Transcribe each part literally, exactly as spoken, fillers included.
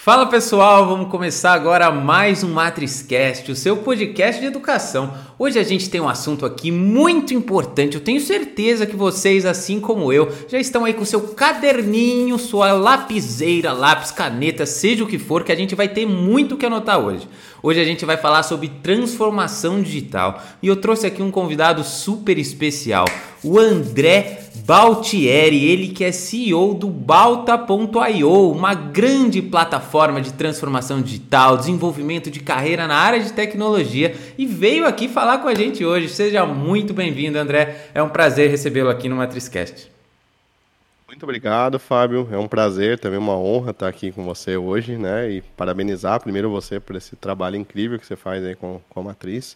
Fala pessoal, vamos começar agora mais um MatrizCast, o seu podcast de educação. Hoje a gente tem um assunto aqui muito importante, eu tenho certeza que vocês, assim como eu, já estão aí com seu caderninho, sua lapiseira, lápis, caneta, seja o que for, que a gente vai ter muito o que anotar hoje. Hoje a gente vai falar sobre transformação digital e eu trouxe aqui um convidado super especial, o André Baltieri, ele que é C E O do Balta ponto io, uma grande plataforma de transformação digital, desenvolvimento de carreira na área de tecnologia, e veio aqui falar com a gente hoje. Seja muito bem-vindo, André. É um prazer recebê-lo aqui no MatrizCast. Muito obrigado, Fábio. É um prazer, também uma honra estar aqui com você hoje, né? E parabenizar primeiro você por esse trabalho incrível que você faz aí com, com a Matriz.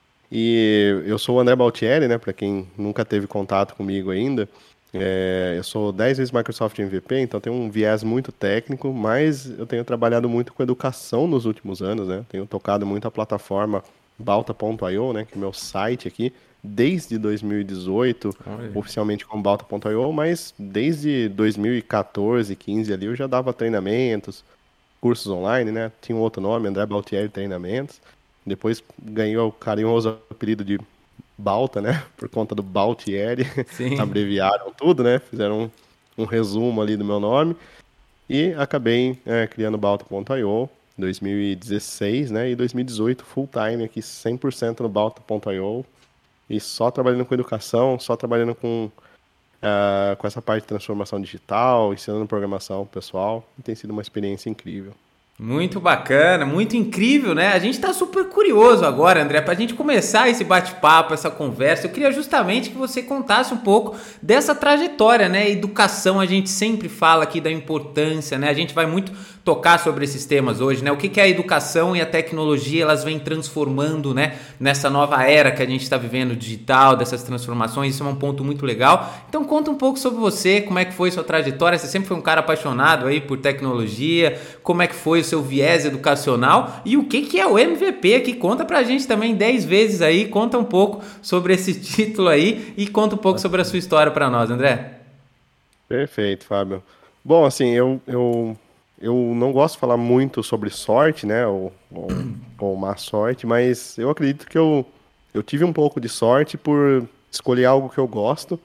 E eu sou o André Baltieri, né? Para quem nunca teve contato comigo ainda, é, eu sou dez vezes Microsoft M V P, então tenho um viés muito técnico, mas eu tenho trabalhado muito com educação nos últimos anos, né? Tenho tocado muito a plataforma Balta ponto io, né? Que é o meu site aqui, desde dois mil e dezoito, Olha. oficialmente com Balta ponto io, mas desde dois mil e quatorze, quinze ali eu já dava treinamentos, cursos online, né? Tinha um outro nome, André Baltieri Treinamentos. Depois ganhei o carinhoso apelido de Balta, né? Por conta do Baltieri. Sim. Abreviaram tudo, né? Fizeram um, um resumo ali do meu nome. E acabei é, criando Balta ponto io em dois mil e dezesseis, né? E dois mil e dezoito full time aqui, cem por cento no Balta ponto io. E só trabalhando com educação, só trabalhando com, uh, com essa parte de transformação digital, ensinando programação pro pessoal. E tem sido uma experiência incrível. Muito bacana, muito incrível, né? A gente tá super curioso agora, André, pra gente começar esse bate-papo, essa conversa. Eu queria justamente que você contasse um pouco dessa trajetória, né? Educação, a gente sempre fala aqui da importância, né? A gente vai muito tocar sobre esses temas hoje, né? O que que a educação e a tecnologia, elas vêm transformando, né? Nessa nova era que a gente está vivendo, digital, dessas transformações. Isso é um ponto muito legal. Então conta um pouco sobre você, como é que foi sua trajetória. Você sempre foi um cara apaixonado aí por tecnologia, como é que foi o seu viés educacional e o que que é o M V P aqui? Conta pra gente também dez vezes aí, conta um pouco sobre esse título aí e conta um pouco sobre a sua história para nós, André. Perfeito, Fábio. Bom, assim, eu, eu, eu não gosto de falar muito sobre sorte, né, ou, ou, ou má sorte, mas eu acredito que eu, eu tive um pouco de sorte por escolher algo que eu gosto.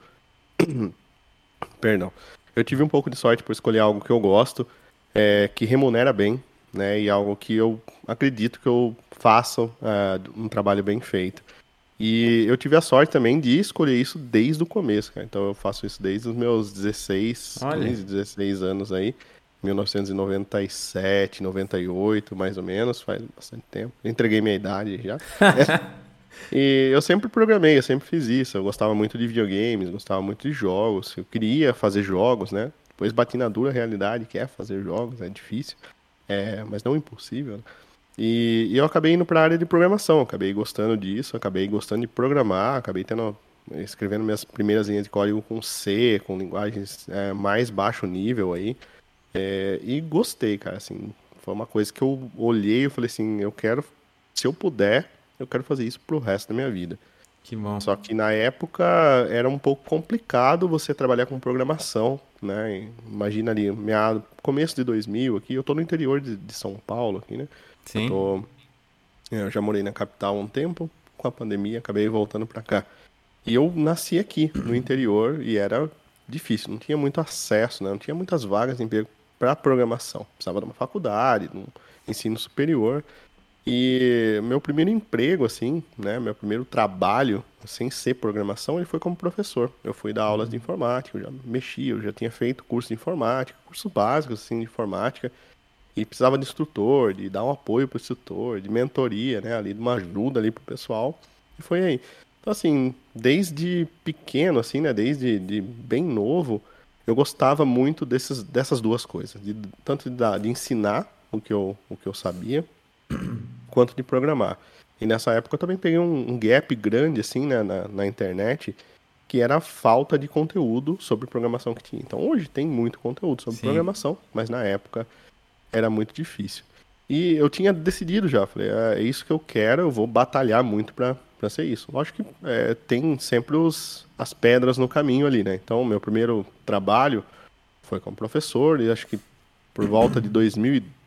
Perdão. Eu tive um pouco de sorte por escolher algo que eu gosto, é, que remunera bem, né, e algo que eu acredito que eu faço é, um trabalho bem feito. E eu tive a sorte também de escolher isso desde o começo, cara. Então eu faço isso desde os meus dezesseis, Olha, quinze, dezesseis anos aí, mil novecentos e noventa e sete, noventa e oito, mais ou menos, faz bastante tempo. Eu entreguei minha idade já. E eu sempre programei, eu sempre fiz isso. Eu gostava muito de videogames, gostava muito de jogos. Eu queria fazer jogos, né? Depois bati na dura realidade, que é fazer jogos, é difícil, é, mas não impossível, né? E, e eu acabei indo para a área de programação, acabei gostando disso, acabei gostando de programar, acabei tendo, escrevendo minhas primeiras linhas de código com C, com linguagens é, mais baixo nível aí. É, e gostei, cara, assim, foi uma coisa que eu olhei e falei assim, eu quero, se eu puder, eu quero fazer isso pro resto da minha vida. que bom. Só que na época era um pouco complicado você trabalhar com programação, né? Imagina ali, meado, começo de dois mil aqui, eu tô no interior de, de São Paulo aqui, né? Eu Sim. tô, eu já morei na capital há um tempo, com a pandemia acabei voltando pra cá. E eu nasci aqui, no interior, e era difícil, não tinha muito acesso, né? Não tinha muitas vagas de emprego para programação. Precisava de uma faculdade, de um ensino superior. E meu primeiro emprego, assim, né? Meu primeiro trabalho, sem ser programação, ele foi como professor. Eu fui dar aulas de informática, eu já mexia, eu já tinha feito curso de informática, cursos básicos, assim, de informática. E precisava de instrutor, de dar um apoio para o instrutor, de mentoria, né? Ali, de uma ajuda ali pro pessoal. E foi aí. Então, assim, desde pequeno, assim, né? Desde de bem novo, eu gostava muito desses, dessas duas coisas. De, tanto de, dar- de ensinar o que eu, o que eu sabia, quanto de programar. E nessa época eu também peguei um, um gap grande, assim, né? Na, na internet, que era a falta de conteúdo sobre programação que tinha. Então, hoje tem muito conteúdo sobre Sim. programação, mas na época era muito difícil. E eu tinha decidido já, falei, "Ah, é isso que eu quero, eu vou batalhar muito pra, pra ser isso. Lógico que é, tem sempre os, as pedras no caminho ali, né? Então, meu primeiro trabalho foi como professor, e acho que por volta de dois mil e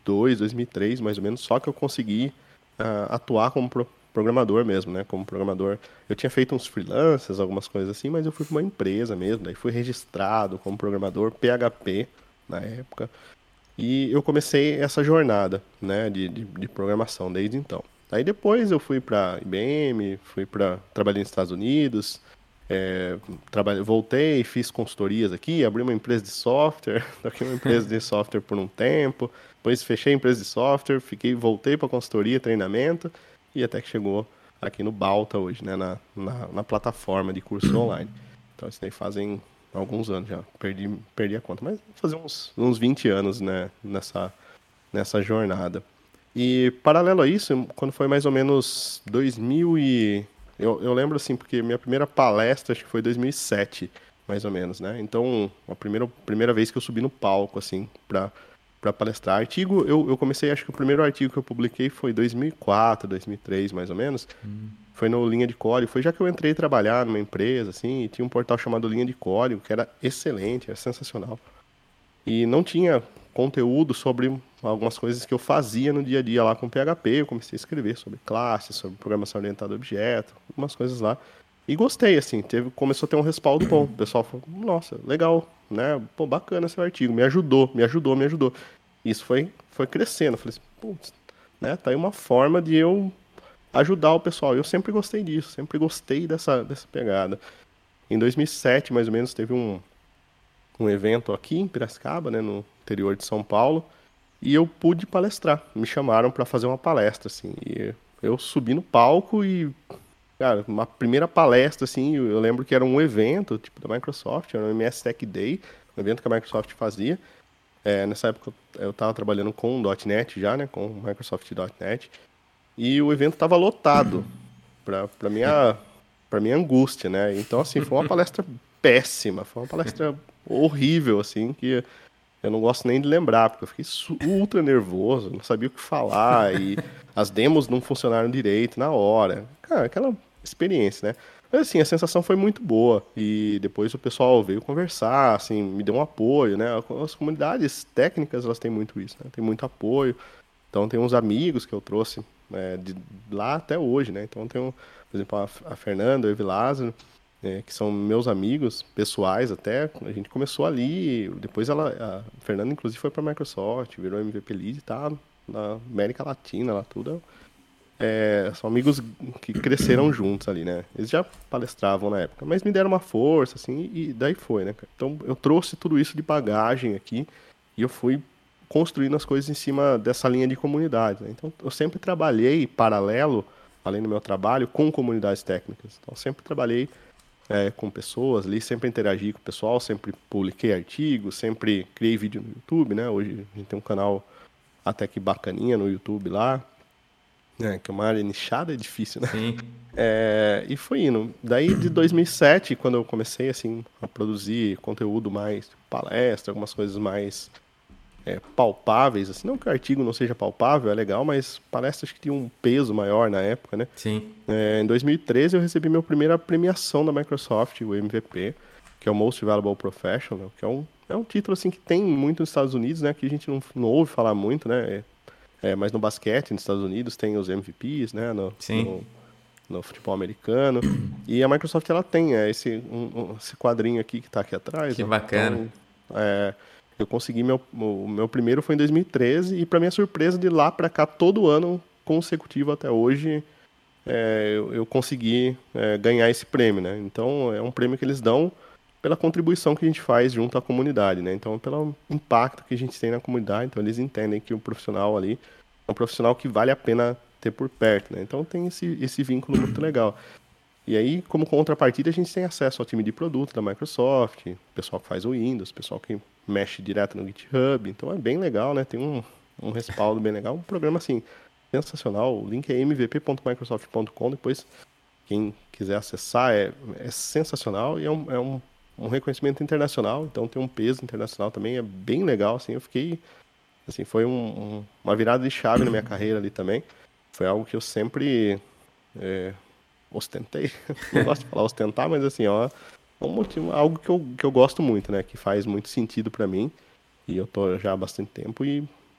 dois, dois mil e três, mais ou menos, só que eu consegui uh, atuar como pro programador mesmo, né? Como programador. Eu tinha feito uns freelancers, algumas coisas assim, mas eu fui para uma empresa mesmo, daí fui registrado como programador P H P na época. E eu comecei essa jornada, né, de, de, de programação desde então. Aí depois eu fui para I B M, fui para trabalhei nos Estados Unidos, é, trabalhei, voltei, fiz consultorias aqui, abri uma empresa de software, toquei uma empresa de software por um tempo, depois fechei a empresa de software, fiquei, voltei para consultoria, treinamento, e até que chegou aqui no Balta hoje, né, na, na, na plataforma de curso online. Então isso daí fazem alguns anos já, perdi, perdi a conta, mas fazer uns, uns vinte anos, né, nessa, nessa jornada. E paralelo a isso, quando foi mais ou menos dois mil e... Eu, eu lembro assim, porque minha primeira palestra acho que foi dois mil e sete, mais ou menos, né? Então, a primeira, primeira vez que eu subi no palco, assim, pra, pra palestrar. Artigo, eu, eu comecei, acho que o primeiro artigo que eu publiquei foi dois mil e quatro, dois mil e três, mais ou menos. Hum. Foi no Linha de Código. Foi já que eu entrei trabalhar numa empresa, assim, e tinha um portal chamado Linha de Código, que era excelente, era sensacional. E não tinha conteúdo sobre algumas coisas que eu fazia no dia a dia lá com P H P. Eu comecei a escrever sobre classes, sobre programação orientada a objeto, algumas coisas lá. E gostei, assim, teve, começou a ter um respaldo bom. O pessoal falou, nossa, legal, né? Pô, bacana esse artigo, me ajudou, me ajudou, me ajudou. Isso foi, foi crescendo. Eu falei assim, putz, né? Tá aí uma forma de eu ajudar o pessoal. Eu sempre gostei disso, sempre gostei dessa, dessa pegada. Em dois mil e sete, mais ou menos, teve um, um evento aqui em Piracicaba, né, no interior de São Paulo, e eu pude palestrar. Me chamaram para fazer uma palestra, assim, e eu subi no palco e, cara, uma primeira palestra, assim, eu lembro que era um evento, tipo, da Microsoft, era um M S Tech Day, um evento que a Microsoft fazia. É, nessa época eu estava trabalhando com .ponto net já, né, com Microsoft ponto net, e o evento estava lotado, para para minha, para minha angústia, né? Então, assim, foi uma palestra péssima, foi uma palestra horrível, assim, que eu não gosto nem de lembrar, porque eu fiquei ultra nervoso, não sabia o que falar, e as demos não funcionaram direito na hora. Cara, aquela experiência, né? Mas, assim, a sensação foi muito boa, e depois o pessoal veio conversar, assim, me deu um apoio, né? As comunidades técnicas, elas têm muito isso, né? Tem muito apoio. Então, tem uns amigos que eu trouxe é, de lá até hoje, né? Então, tem, um, por exemplo, a, a Fernanda, o Evi Lázaro, é, que são meus amigos pessoais até. A gente começou ali, depois ela, a Fernanda, inclusive, foi para a Microsoft, virou M V P Lead e tá na América Latina, lá tudo. É, são amigos que cresceram juntos ali, né? Eles já palestravam na época, mas me deram uma força, assim, e daí foi, né, cara? Então, eu trouxe tudo isso de bagagem aqui e eu fui construindo as coisas em cima dessa linha de comunidade, né? Então, eu sempre trabalhei paralelo, além do meu trabalho, com comunidades técnicas. Então, eu sempre trabalhei é, com pessoas ali, sempre interagi com o pessoal, sempre publiquei artigos, sempre criei vídeo no YouTube, né? Hoje a gente tem um canal até que bacaninha no YouTube lá, né? Que é uma área nichada, é difícil, né? Sim. É, e foi indo. Daí, de dois mil e sete, quando eu comecei, assim, a produzir conteúdo mais, tipo, palestra, algumas coisas mais É, palpáveis, assim, não que o artigo não seja palpável, é legal, mas palestras que tinham um peso maior na época, né? Sim. É, em dois mil e treze eu recebi minha primeira premiação da Microsoft, o M V P, que é o Most Valuable Professional, que é um, é um título assim que tem muito nos Estados Unidos, né? Que a gente não, não ouve falar muito, né? É, é, mas no basquete, nos Estados Unidos, tem os M V Ps, né? No, Sim. No, no futebol americano. E a Microsoft, ela tem é, esse, um, um, esse quadrinho aqui que está aqui atrás. Que ó. bacana. Então, é, eu consegui, meu, o meu primeiro foi em dois mil e treze, e para minha surpresa, de lá para cá, todo ano consecutivo até hoje, é, eu, eu consegui é, ganhar esse prêmio, né? Então, é um prêmio que eles dão pela contribuição que a gente faz junto à comunidade, né? Então, pelo impacto que a gente tem na comunidade, então eles entendem que o profissional ali é um profissional que vale a pena ter por perto, né? Então, tem esse, esse vínculo muito legal. E aí, como contrapartida, a gente tem acesso ao time de produto da Microsoft, pessoal que faz o Windows, pessoal que mexe direto no GitHub. Então é bem legal, né? Tem um, um respaldo bem legal. Um programa, assim, sensacional. O link é m v p ponto microsoft ponto com. Depois, quem quiser acessar, é, é sensacional. E é, um, é um, um reconhecimento internacional. Então tem um peso internacional também. É bem legal, assim. Eu fiquei... Assim, foi um, um, uma virada de chave na minha carreira ali também. Foi algo que eu sempre... É, ostentei, não gosto de falar ostentar, mas assim, ó, é um motivo, algo que eu, que eu gosto muito, né, que faz muito sentido para mim, e eu tô já há bastante tempo, e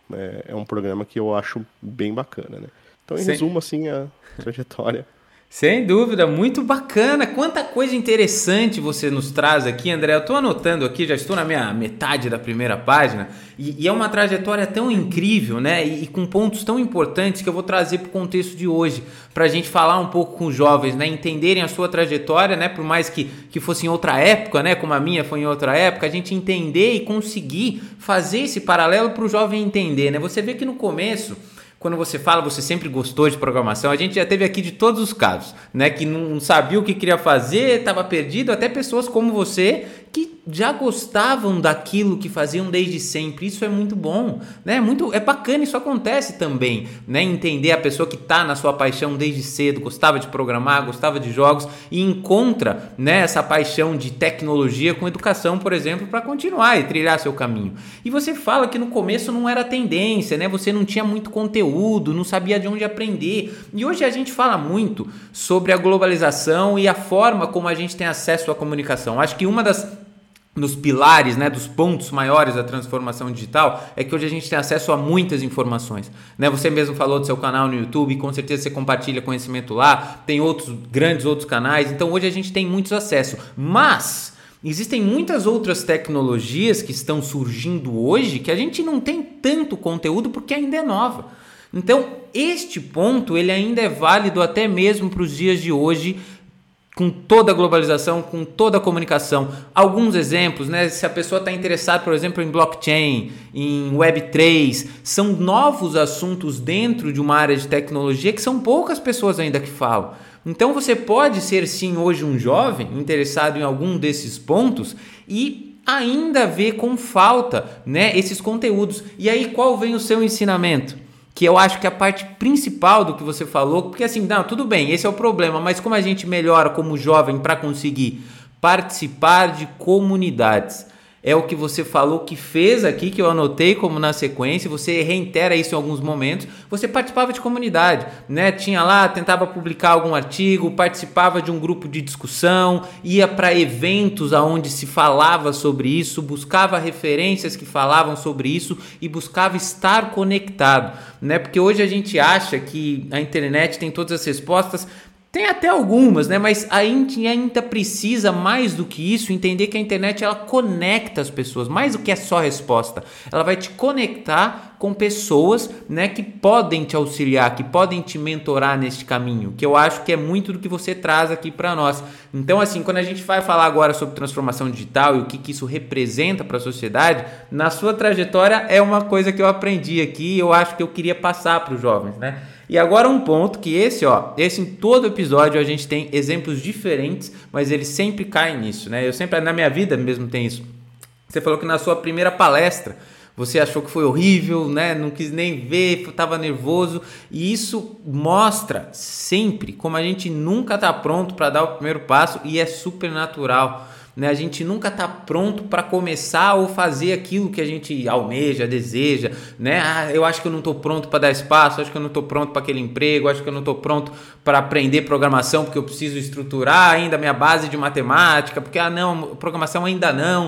é, é um programa que eu acho bem bacana, né? Então, em Sim. resumo, assim, a trajetória. Sem dúvida, muito bacana. Quanta coisa interessante você nos traz aqui, André. Eu estou anotando aqui, já estou na minha metade da primeira página, e, e é uma trajetória tão incrível, né? E, e com pontos tão importantes que eu vou trazer para o contexto de hoje, para a gente falar um pouco com os jovens, né? Entenderem a sua trajetória, né? Por mais que, que fosse em outra época, né? Como a minha foi em outra época, a gente entender e conseguir fazer esse paralelo para o jovem entender, né? Você vê que no começo, quando você fala, você sempre gostou de programação, a gente já teve aqui de todos os casos, né? Que não sabia o que queria fazer, estava perdido, até pessoas como você que já gostavam daquilo que faziam desde sempre. Isso é muito bom, né? Muito, é bacana, isso acontece também, né? Entender a pessoa que está na sua paixão desde cedo, gostava de programar, gostava de jogos e encontra, né, essa paixão de tecnologia com educação, por exemplo, para continuar e trilhar seu caminho. E você fala que no começo não era tendência, né? Você não tinha muito conteúdo, não sabia de onde aprender. E hoje a gente fala muito sobre a globalização e a forma como a gente tem acesso à comunicação. Acho que uma das nos pilares, né, dos pontos maiores da transformação digital é que hoje a gente tem acesso a muitas informações, né? Você mesmo falou do seu canal no YouTube, com certeza você compartilha conhecimento lá, tem outros grandes outros canais, então hoje a gente tem muitos acessos, mas existem muitas outras tecnologias que estão surgindo hoje que a gente não tem tanto conteúdo porque ainda é nova. Então este ponto ele ainda é válido até mesmo para os dias de hoje, com toda a globalização, com toda a comunicação. Alguns exemplos, né? Se a pessoa está interessada, por exemplo, em blockchain, em web três, são novos assuntos dentro de uma área de tecnologia que são poucas pessoas ainda que falam. Então você pode ser sim hoje um jovem interessado em algum desses pontos e ainda ver com falta, né, esses conteúdos. E aí qual vem o seu ensinamento? Que eu acho que é a parte principal do que você falou, porque assim, não, tudo bem, esse é o problema, mas como a gente melhora como jovem para conseguir participar de comunidades? É o que você falou que fez aqui, que eu anotei como na sequência, você reitera isso em alguns momentos, você participava de comunidade, né? Tinha lá, tentava publicar algum artigo, participava de um grupo de discussão, ia para eventos onde se falava sobre isso, buscava referências que falavam sobre isso e buscava estar conectado, né? Porque hoje a gente acha que a internet tem todas as respostas. Tem até algumas, né? Mas a gente ainda precisa, mais do que isso, entender que a internet ela conecta as pessoas, mais do que é só resposta. Ela vai te conectar com pessoas, né, que podem te auxiliar, que podem te mentorar neste caminho, que eu acho que é muito do que você traz aqui para nós. Então, assim, quando a gente vai falar agora sobre transformação digital e o que, que isso representa para a sociedade, na sua trajetória é uma coisa que eu aprendi aqui e eu acho que eu queria passar para os jovens, né? E agora um ponto que esse, ó, esse em todo episódio a gente tem exemplos diferentes, mas eles sempre caem nisso, né? Eu sempre, na minha vida mesmo tem isso. Você falou que na sua primeira palestra você achou que foi horrível, né? Não quis nem ver, estava nervoso. E isso mostra sempre como a gente nunca está pronto para dar o primeiro passo e é super natural. Né? A gente nunca está pronto para começar ou fazer aquilo que a gente almeja, deseja, né? Ah, eu acho que eu não estou pronto para dar espaço, acho que eu não estou pronto para aquele emprego, acho que eu não estou pronto para aprender programação porque eu preciso estruturar ainda a minha base de matemática, porque ah não, programação ainda não.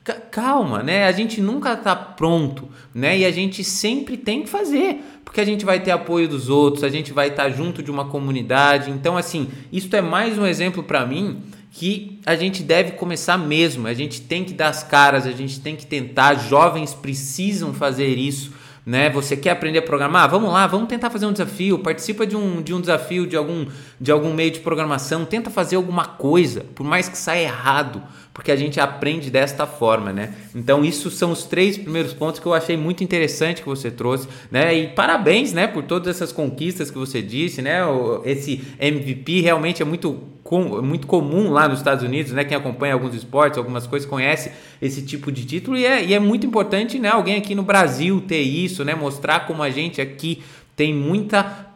Calma, né? A gente nunca está pronto, né? E a gente sempre tem que fazer, porque a gente vai ter apoio dos outros, a gente vai estar junto de uma comunidade. Então, assim, isso é mais um exemplo para mim que a gente deve começar mesmo, a gente tem que dar as caras, a gente tem que tentar, jovens precisam fazer isso, né? Você quer aprender a programar? Vamos lá, vamos tentar fazer um desafio, participa de um, de um desafio de algum, de algum meio de programação, tenta fazer alguma coisa, por mais que saia errado, porque a gente aprende desta forma, né? Então, isso são os três primeiros pontos que eu achei muito interessante que você trouxe, né? E parabéns, né, por todas essas conquistas que você disse, né? Esse M V P realmente é muito, com, muito comum lá nos Estados Unidos, né? Quem acompanha alguns esportes, algumas coisas, conhece esse tipo de título e é, e é muito importante, né? Alguém aqui no Brasil ter isso, né? Mostrar como a gente aqui tem muita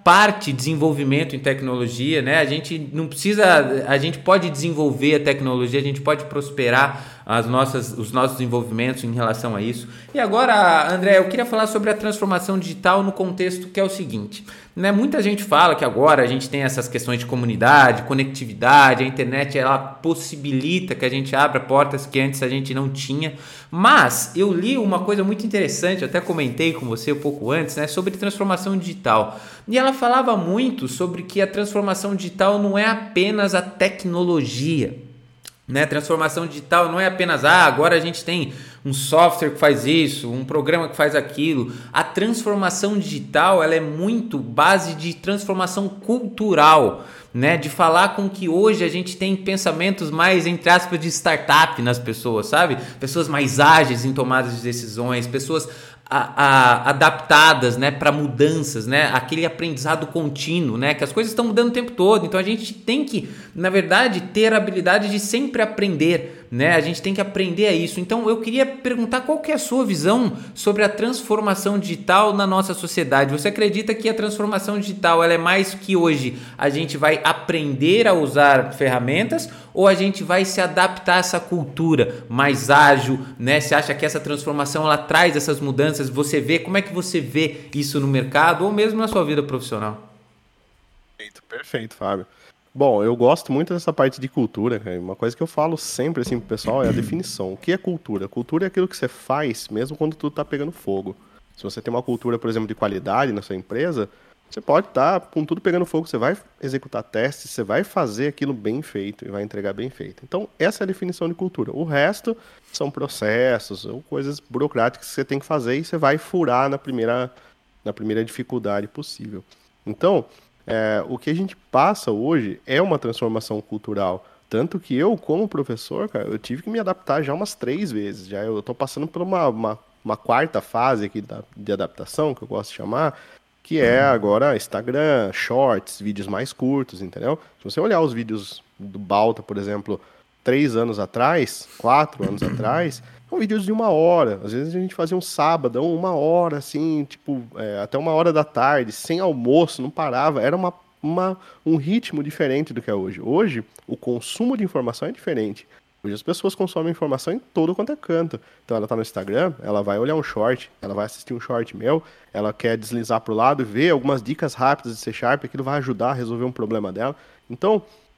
parte desenvolvimento em tecnologia, né? A gente não precisa, a gente pode desenvolver a tecnologia, a gente pode prosperar as nossas, os nossos desenvolvimentos em relação a isso. E agora, André, eu queria falar sobre a transformação digital no contexto que é o seguinte, né? Muita gente fala que agora a gente tem essas questões de comunidade, conectividade, a internet ela possibilita que a gente abra portas que antes a gente não tinha, mas eu li uma coisa muito interessante, eu até comentei com você um pouco antes, né, sobre transformação digital, e ela falava muito sobre que a transformação digital não é apenas a tecnologia, né? Transformação digital não é apenas, ah, agora a gente tem um software que faz isso, um programa que faz aquilo. A transformação digital ela é muito base de transformação cultural, né? De falar com que hoje a gente tem pensamentos mais, entre aspas, de startup nas pessoas, sabe? Pessoas mais ágeis em tomadas de decisões, pessoas A, a, adaptadas, né, para mudanças, né, aquele aprendizado contínuo, né, que as coisas estão mudando o tempo todo, então a gente tem que, na verdade, ter a habilidade de sempre aprender, né, a gente tem que aprender a isso. Então eu queria perguntar qual que é a sua visão sobre a transformação digital na nossa sociedade. Você acredita que a transformação digital ela é mais que hoje a gente vai aprender a usar ferramentas ou a gente vai se adaptar a essa cultura mais ágil, né? Você acha que essa transformação ela traz essas mudanças? Você vê, como é que você vê isso no mercado ou mesmo na sua vida profissional? Perfeito, perfeito, Fábio. Bom, eu gosto muito dessa parte de cultura, cara. Uma coisa que eu falo sempre assim pro pessoal é a definição. O que é cultura? Cultura é aquilo que você faz mesmo quando tudo tá pegando fogo. Se você tem uma cultura, por exemplo, de qualidade na sua empresa, você pode estar com tudo pegando fogo, você vai executar testes, você vai fazer aquilo bem feito e vai entregar bem feito. Então, essa é a definição de cultura. O resto são processos ou coisas burocráticas que você tem que fazer e você vai furar na primeira, na primeira dificuldade possível. Então, é, o que a gente passa hoje é uma transformação cultural. Tanto que eu, como professor, cara, eu tive que me adaptar já umas três vezes. Já eu estou passando por uma, uma, uma quarta fase aqui da, de adaptação, que eu gosto de chamar, que é agora Instagram, Shorts, vídeos mais curtos, entendeu? Se você olhar os vídeos do Balta, por exemplo, três anos atrás, quatro anos atrás, são vídeos de uma hora. Às vezes a gente fazia um sábado, uma hora, assim, tipo, é, até uma hora da tarde, sem almoço, não parava. Era uma, uma, um ritmo diferente do que é hoje. Hoje, o consumo de informação é diferente. Hoje as pessoas consomem informação em todo quanto é canto. Então ela está no Instagram, ela vai olhar um short, ela vai assistir um short meu, ela quer deslizar para o lado e ver algumas dicas rápidas de C Sharp, aquilo vai ajudar a resolver um problema dela. Então,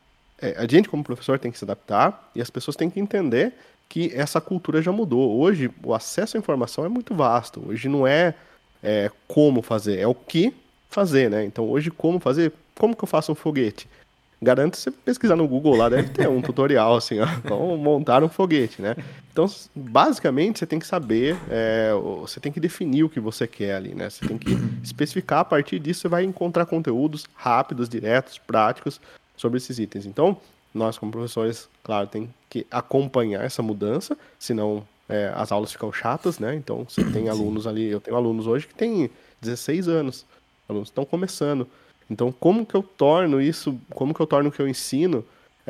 é, a gente como professor tem que se adaptar e as pessoas têm que entender que essa cultura já mudou. Hoje o acesso à informação é muito vasto. Hoje não é, é como fazer, é o que fazer, né? Então hoje como fazer, como que eu faço um foguete? Garanto você pesquisar no Google lá, deve ter um tutorial assim, ó, como montar um foguete, né? Então, basicamente, você tem que saber, é, você tem que definir o que você quer ali, né? Você tem que especificar, a partir disso você vai encontrar conteúdos rápidos, diretos, práticos sobre esses itens. Então, nós como professores, claro, tem que acompanhar essa mudança, senão é, as aulas ficam chatas, né? Então, você tem alunos ali, eu tenho alunos hoje que têm dezesseis anos, alunos estão começando. Então, como que eu torno isso, como que eu torno o que eu ensino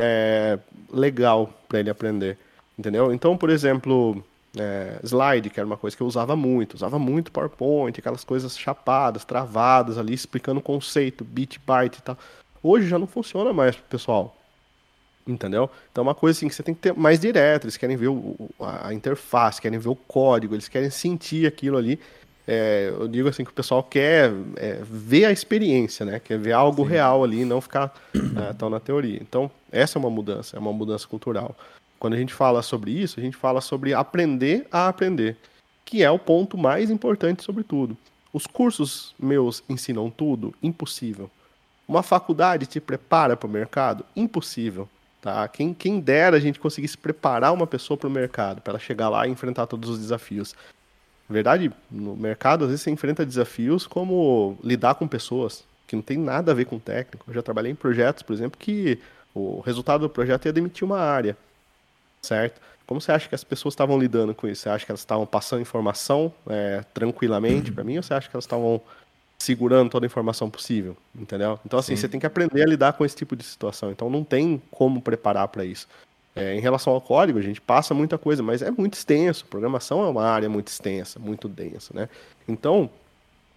é, legal para ele aprender, entendeu? Então, por exemplo, é, slide, que era uma coisa que eu usava muito, usava muito PowerPoint, aquelas coisas chapadas, travadas ali, explicando conceito, bit, byte e tal. Hoje já não funciona mais pro pessoal, entendeu? Então, é uma coisa assim que você tem que ter mais direto, eles querem ver o, a interface, querem ver o código, eles querem sentir aquilo ali. É, eu digo assim que o pessoal quer é, ver a experiência, né? Quer ver algo Sim. real ali, não ficar é, tão na teoria. Então, essa é uma mudança, é uma mudança cultural. Quando a gente fala sobre isso, a gente fala sobre aprender a aprender, que é o ponto mais importante sobre tudo. Os cursos meus ensinam tudo? Impossível. Uma faculdade te prepara para o mercado? Impossível. Tá? Quem, quem dera a gente conseguisse preparar uma pessoa para o mercado, para ela chegar lá e enfrentar todos os desafios. Na verdade, no mercado, às vezes você enfrenta desafios como lidar com pessoas, que não tem nada a ver com técnico. Eu já trabalhei em projetos, por exemplo, que o resultado do projeto ia demitir uma área, certo? Como você acha que as pessoas estavam lidando com isso? Você acha que elas estavam passando informação é, tranquilamente para mim, ou você acha que elas estavam segurando toda a informação possível, entendeu? Então, assim, Sim. você tem que aprender a lidar com esse tipo de situação. Então, não tem como preparar para isso. É, em relação ao código, a gente passa muita coisa, mas é muito extenso. Programação é uma área muito extensa, muito densa, né? Então,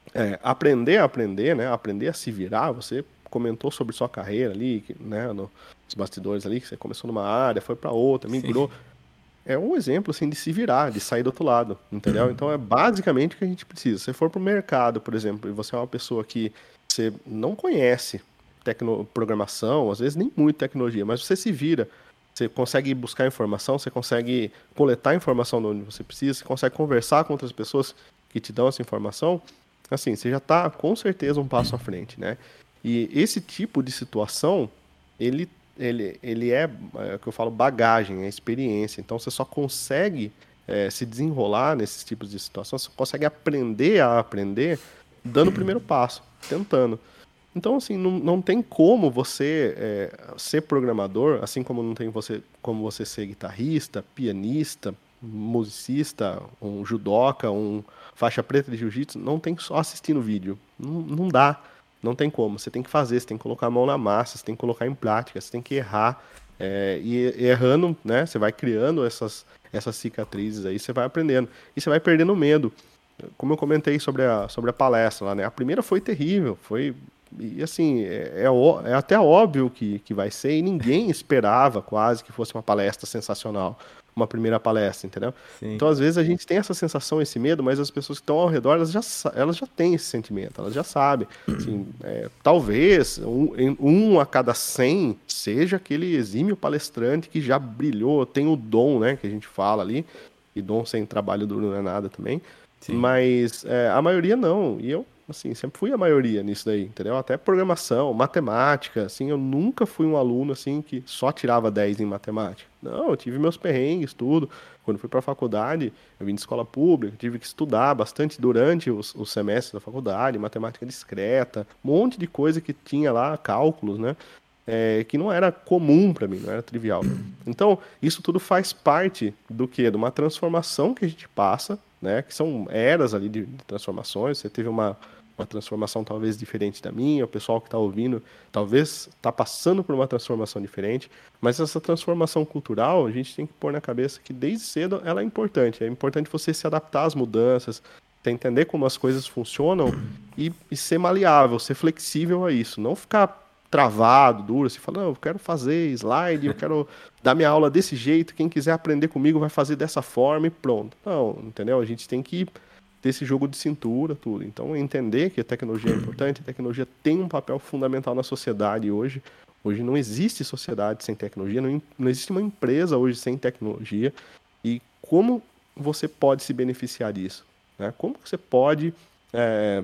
é, aprender a aprender, né? Aprender a se virar. Você comentou sobre sua carreira ali, né? Nos bastidores ali, que você começou numa área, foi para outra, migrou. Sim. É um exemplo, assim, de se virar, de sair do outro lado, entendeu? Uhum. Então, é basicamente o que a gente precisa. Se você for pro mercado, por exemplo, e você é uma pessoa que você não conhece tecno- programação, às vezes nem muito tecnologia, mas você se vira, você consegue buscar informação, você consegue coletar informação de onde você precisa, você consegue conversar com outras pessoas que te dão essa informação, assim, você já está com certeza um passo à frente, né? E esse tipo de situação, ele Ele, ele é, é o que eu falo, bagagem, é experiência. Então, você só consegue é, se desenrolar nesses tipos de situações, você consegue aprender a aprender dando o primeiro passo, tentando. Então, assim, não, não tem como você é, ser programador, assim como não tem você, como você ser guitarrista, pianista, musicista, um judoca, um faixa preta de jiu-jitsu, não tem só assistindo vídeo. Não, não dá. Não tem como, você tem que fazer, você tem que colocar a mão na massa, você tem que colocar em prática, você tem que errar, é, e, e errando, né, você vai criando essas, essas cicatrizes aí, você vai aprendendo, e você vai perdendo medo. Como eu comentei sobre a, sobre a palestra lá, né, a primeira foi terrível, foi, e assim, é, é, é até óbvio que, que vai ser, e ninguém esperava quase que fosse uma palestra sensacional, uma primeira palestra, entendeu? Sim. Então, às vezes, a gente tem essa sensação, esse medo, mas as pessoas que estão ao redor, elas já, elas já têm esse sentimento, elas já sabem. Assim, é, talvez um, um a cada cem seja aquele exímio palestrante que já brilhou, tem o dom, né, que a gente fala ali, e dom sem trabalho duro não é nada também. Sim. Mas é, a maioria não, e eu, assim, sempre fui a maioria nisso daí, entendeu? Até programação, matemática, assim, eu nunca fui um aluno, assim, que só tirava dez em matemática. Não, eu tive meus perrengues, tudo. Quando fui para a faculdade, eu vim de escola pública, tive que estudar bastante durante os, os semestres da faculdade, matemática discreta, um monte de coisa que tinha lá, cálculos, né? É, que não era comum para mim, não era trivial. Então, isso tudo faz parte do quê? De uma transformação que a gente passa, né? Que são eras ali de, de transformações. Você teve uma, uma transformação talvez diferente da minha, o pessoal que está ouvindo talvez está passando por uma transformação diferente, mas essa transformação cultural a gente tem que pôr na cabeça que desde cedo ela é importante. É importante você se adaptar às mudanças, você entender como as coisas funcionam e, e ser maleável, ser flexível a isso, não ficar travado, duro, você fala, não, eu quero fazer slide, eu quero dar minha aula desse jeito, quem quiser aprender comigo vai fazer dessa forma e pronto. Não, entendeu? A gente tem que ter esse jogo de cintura, tudo. Então, entender que a tecnologia é importante, a tecnologia tem um papel fundamental na sociedade hoje. Hoje não existe sociedade sem tecnologia, não, não existe uma empresa hoje sem tecnologia. E como você pode se beneficiar disso? Né? Como você pode... É,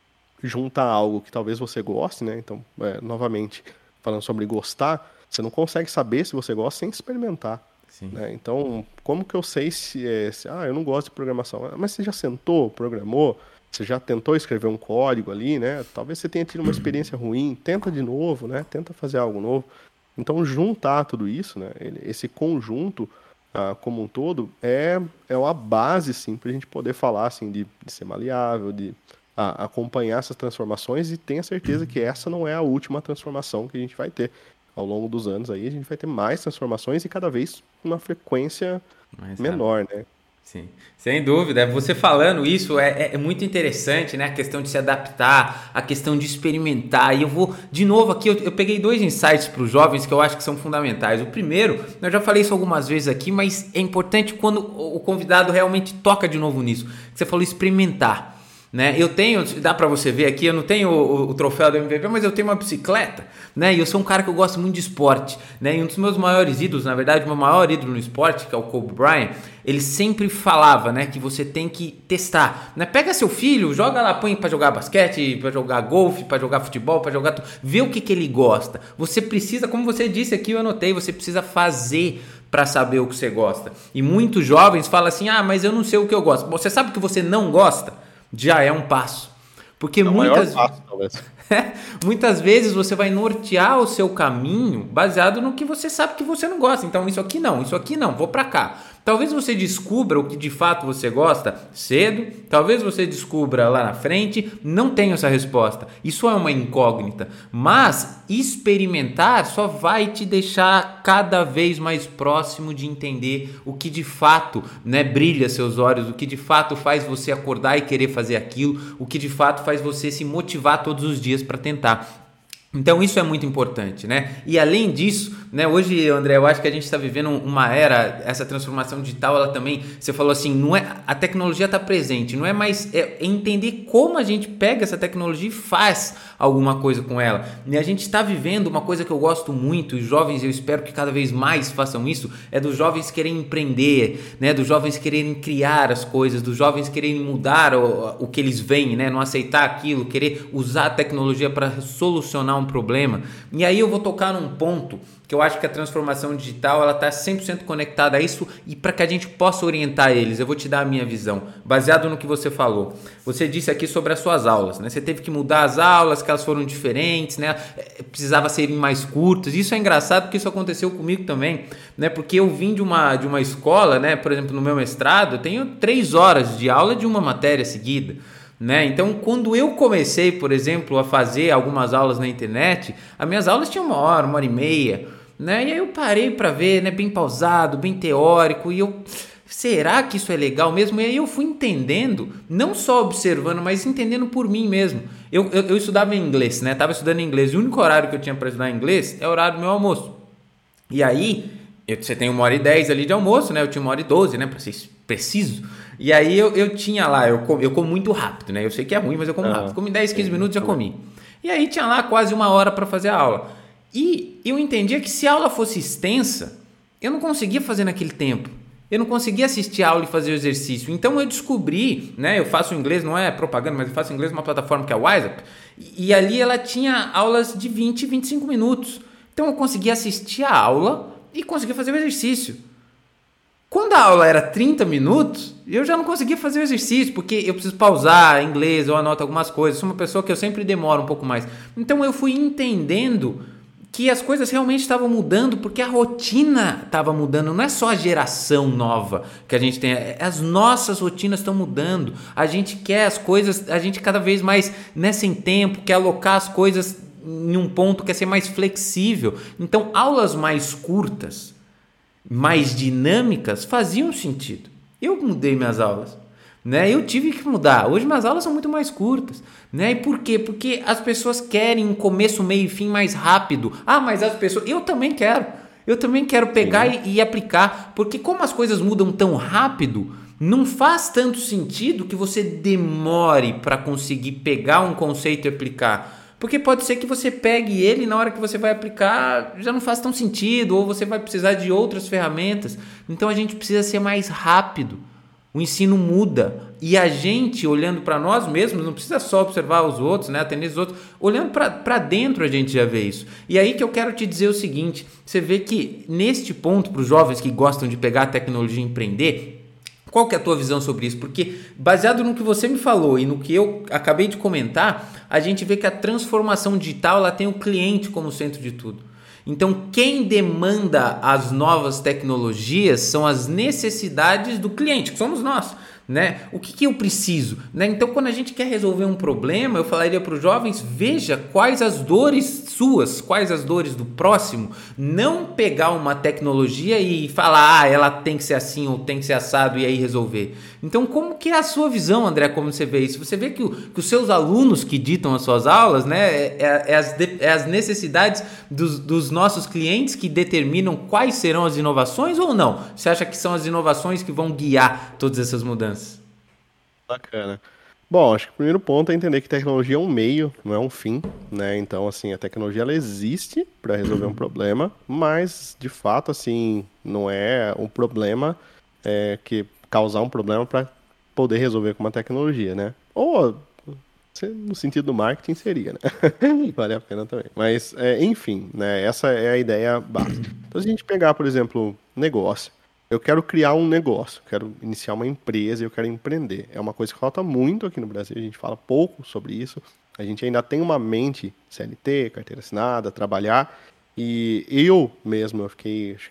juntar algo que talvez você goste, né? Então, é, novamente, falando sobre gostar, você não consegue saber se você gosta sem experimentar. Sim. Né? Então, como que eu sei se, é, se... Ah, eu não gosto de programação. Mas você já sentou, programou? Você já tentou escrever um código ali, né? Talvez você tenha tido uma experiência ruim. Tenta de novo, né? Tenta fazer algo novo. Então, juntar tudo isso, né? Esse conjunto ah, como um todo, é, é uma base, sim, para a gente poder falar, assim, de, de ser maleável, de... a acompanhar essas transformações e tenha certeza que essa não é a última transformação que a gente vai ter. Ao longo dos anos aí, a gente vai ter mais transformações e cada vez com uma frequência mais menor, né? Sim, sem dúvida. Você falando isso é, é muito interessante, né? A questão de se adaptar, a questão de experimentar. E eu vou, de novo aqui, eu, eu peguei dois insights para os jovens que eu acho que são fundamentais. O primeiro, eu já falei isso algumas vezes aqui, mas é importante quando o convidado realmente toca de novo nisso. Você falou experimentar. Né? Eu tenho, dá pra você ver aqui, eu não tenho o, o troféu do M V P, mas eu tenho uma bicicleta, né? E eu sou um cara que eu gosto muito de esporte, né? E um dos meus maiores ídolos, na verdade, o meu maior ídolo no esporte, que é o Kobe Bryant, ele sempre falava, né, que você tem que testar, né? Pega seu filho, joga lá, põe pra jogar basquete, pra jogar golfe, pra jogar futebol, pra jogar... Vê o que que ele gosta. Você precisa, como você disse aqui, eu anotei, você precisa fazer para saber o que você gosta. E muitos jovens falam assim, ah, mas eu não sei o que eu gosto. Você sabe que você não gosta? Já é um passo. Porque é muitas, passo, muitas vezes você vai nortear o seu caminho baseado no que você sabe que você não gosta. Então, isso aqui não, isso aqui não, vou para cá. Talvez você descubra o que de fato você gosta cedo, talvez você descubra lá na frente, não tenho essa resposta. Isso é uma incógnita, mas experimentar só vai te deixar cada vez mais próximo de entender o que de fato, né, brilha seus olhos, o que de fato faz você acordar e querer fazer aquilo, o que de fato faz você se motivar todos os dias para tentar. Então isso é muito importante, né? E além disso, né, hoje, André, eu acho que a gente está vivendo uma era, essa transformação digital, ela também, você falou assim, não é, a tecnologia está presente, não é mais é, é entender como a gente pega essa tecnologia e faz alguma coisa com ela. E a gente está vivendo uma coisa que eu gosto muito, os jovens, eu espero que cada vez mais façam isso, é dos jovens quererem empreender, né, dos jovens quererem criar as coisas, dos jovens quererem mudar o, o que eles veem, né, não aceitar aquilo, querer usar a tecnologia para solucionar um problema. E aí eu vou tocar num ponto que eu acho que a transformação digital ela está cem por cento conectada a isso e para que a gente possa orientar eles, eu vou te dar a minha visão, baseado no que você falou. Você disse aqui sobre as suas aulas, né? Você teve que mudar as aulas, que elas foram diferentes, né? Precisava serem mais curtas. Isso é engraçado porque isso aconteceu comigo também, né? Porque eu vim de uma, de uma escola, né? Por exemplo, no meu mestrado, eu tenho três horas de aula de uma matéria seguida. Né? Então, quando eu comecei, por exemplo, a fazer algumas aulas na internet, as minhas aulas tinham uma hora, uma hora e meia, né? E aí eu parei para ver, né? Bem pausado, bem teórico, e eu, será que isso é legal mesmo? E aí eu fui entendendo, não só observando, mas entendendo por mim mesmo. Eu, eu, eu estudava em inglês, né? Tava estudando inglês, e o único horário que eu tinha para estudar inglês é o horário do meu almoço. E aí, eu, você tem uma hora e dez ali de almoço, né? Eu tinha uma hora e doze, né? Para ser preciso. E aí eu, eu tinha lá, eu como, eu como muito rápido, né? Eu sei que é ruim, mas eu como ah, rápido. Como em dez, quinze minutos já comi. E aí tinha lá quase uma hora para fazer a aula. E eu entendia que se a aula fosse extensa, eu não conseguia fazer naquele tempo. Eu não conseguia assistir a aula e fazer o exercício. Então eu descobri, né? Eu faço inglês, não é propaganda, mas eu faço inglês numa plataforma que é a WhatsApp. E, e ali ela tinha aulas de vinte, vinte e cinco minutos. Então eu conseguia assistir a aula e conseguia fazer o exercício. Quando a aula era trinta minutos, eu já não conseguia fazer o exercício, porque eu preciso pausar em inglês, eu anoto algumas coisas. Sou uma pessoa que eu sempre demoro um pouco mais. Então eu fui entendendo que as coisas realmente estavam mudando, porque a rotina estava mudando. Não é só a geração nova que a gente tem, as nossas rotinas estão mudando. A gente quer as coisas, a gente cada vez mais, né, sem tempo, quer alocar as coisas em um ponto, quer ser mais flexível. Então aulas mais curtas, mais dinâmicas, faziam sentido. Eu mudei minhas aulas, né? Eu tive que mudar. Hoje minhas aulas são muito mais curtas, né? E por quê? Porque as pessoas querem um começo, meio e fim mais rápido. Ah, mas as pessoas... Eu também quero. Eu também quero pegar e, e aplicar. Porque como as coisas mudam tão rápido, não faz tanto sentido que você demore para conseguir pegar um conceito e aplicar. Porque pode ser que você pegue ele e na hora que você vai aplicar já não faz tão sentido, ou você vai precisar de outras ferramentas. Então a gente precisa ser mais rápido. O ensino muda. E a gente, olhando para nós mesmos, não precisa só observar os outros, né, atender os outros. Olhando para dentro a gente já vê isso. E aí que eu quero te dizer o seguinte, você vê que neste ponto, para os jovens que gostam de pegar a tecnologia e empreender, qual que é a tua visão sobre isso? Porque baseado no que você me falou e no que eu acabei de comentar, a gente vê que a transformação digital ela tem o cliente como centro de tudo. Então, quem demanda as novas tecnologias são as necessidades do cliente, que somos nós. Né? O que, que eu preciso? Né? Então, quando a gente quer resolver um problema, eu falaria para os jovens, veja quais as dores suas, quais as dores do próximo, não pegar uma tecnologia e falar, ah, ela tem que ser assim ou tem que ser assado e aí resolver. Então, como que é a sua visão, André, como você vê isso? Você vê que, o, que os seus alunos que ditam as suas aulas, né, é, é, as, de, é as necessidades dos, dos nossos clientes que determinam quais serão as inovações ou não? Você acha que são as inovações que vão guiar todas essas mudanças? Bacana. Bom, acho que o primeiro ponto é entender que tecnologia é um meio, não é um fim, né? Então, assim, a tecnologia ela existe para resolver um problema, mas, de fato, assim, não é um problema é, que causar um problema para poder resolver com uma tecnologia, né? Ou, no sentido do marketing, seria, né? Vale a pena também. Mas, é, enfim, né? Essa é a ideia básica. Então, se a gente pegar, por exemplo, negócio, eu quero criar um negócio, quero iniciar uma empresa, eu quero empreender. É uma coisa que falta muito aqui no Brasil, a gente fala pouco sobre isso. A gente ainda tem uma mente C L T, carteira assinada, trabalhar. E eu mesmo, eu fiquei acho que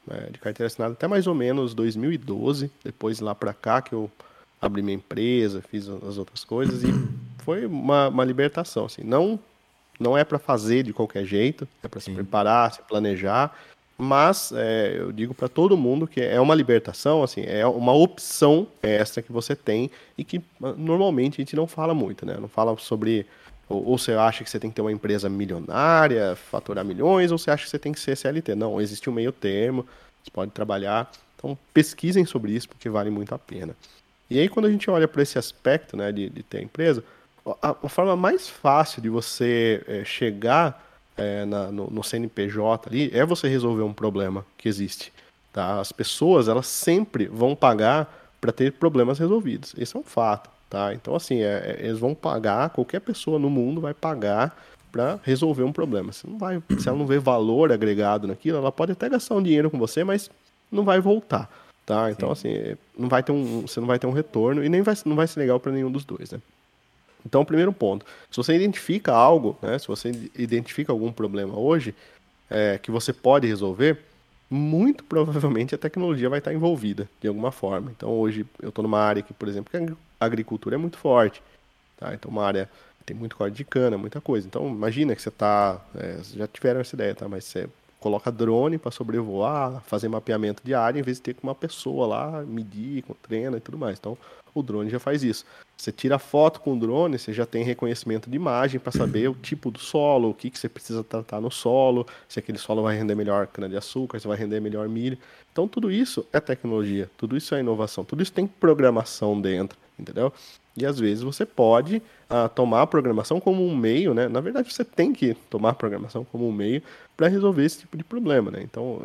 é, de carteira assinada até mais ou menos dois mil e doze, depois lá para cá que eu abri minha empresa, fiz as outras coisas e foi uma, uma libertação, assim, não, não é para fazer de qualquer jeito, é para se preparar, se planejar, mas é, eu digo para todo mundo que é uma libertação, assim, é uma opção extra que você tem e que normalmente a gente não fala muito, né? Não fala sobre, ou, ou você acha que você tem que ter uma empresa milionária, faturar milhões, ou você acha que você tem que ser C L T. Não, existe um meio termo, você pode trabalhar. Então pesquisem sobre isso porque vale muito a pena. E aí quando a gente olha para esse aspecto, né, de, de ter empresa, a, a forma mais fácil de você é, chegar É, na, no, no C N P J ali, é você resolver um problema que existe. Tá? As pessoas, elas sempre vão pagar para ter problemas resolvidos. Esse é um fato. Tá? Então, assim, é, é, eles vão pagar, qualquer pessoa no mundo vai pagar para resolver um problema. Você não vai, se ela não vê valor agregado naquilo, ela pode até gastar um dinheiro com você, mas não vai voltar. Tá? Então, Sim. assim, não vai ter um, você não vai ter um retorno e nem vai, não vai ser legal para nenhum dos dois, né? Então, primeiro ponto, se você identifica algo, né, se você identifica algum problema hoje é, que você pode resolver, muito provavelmente a tecnologia vai estar envolvida de alguma forma. Então, hoje eu estou numa área que, por exemplo, que a agricultura é muito forte. Tá? Então, uma área que tem muito corte de cana, muita coisa. Então, imagina que você está... É, já tiveram essa ideia, tá? Mas você coloca drone para sobrevoar, fazer mapeamento de área, em vez de ter que uma pessoa lá medir, treina e tudo mais. Então, o drone já faz isso. Você tira foto com o drone, você já tem reconhecimento de imagem para saber o tipo do solo, o que, que você precisa tratar no solo, se aquele solo vai render melhor cana-de-açúcar, se vai render melhor milho. Então, tudo isso é tecnologia, tudo isso é inovação, tudo isso tem programação dentro, entendeu? E, às vezes, você pode ah, tomar a programação como um meio, né? Na verdade, você tem que tomar a programação como um meio para resolver esse tipo de problema, né? Então,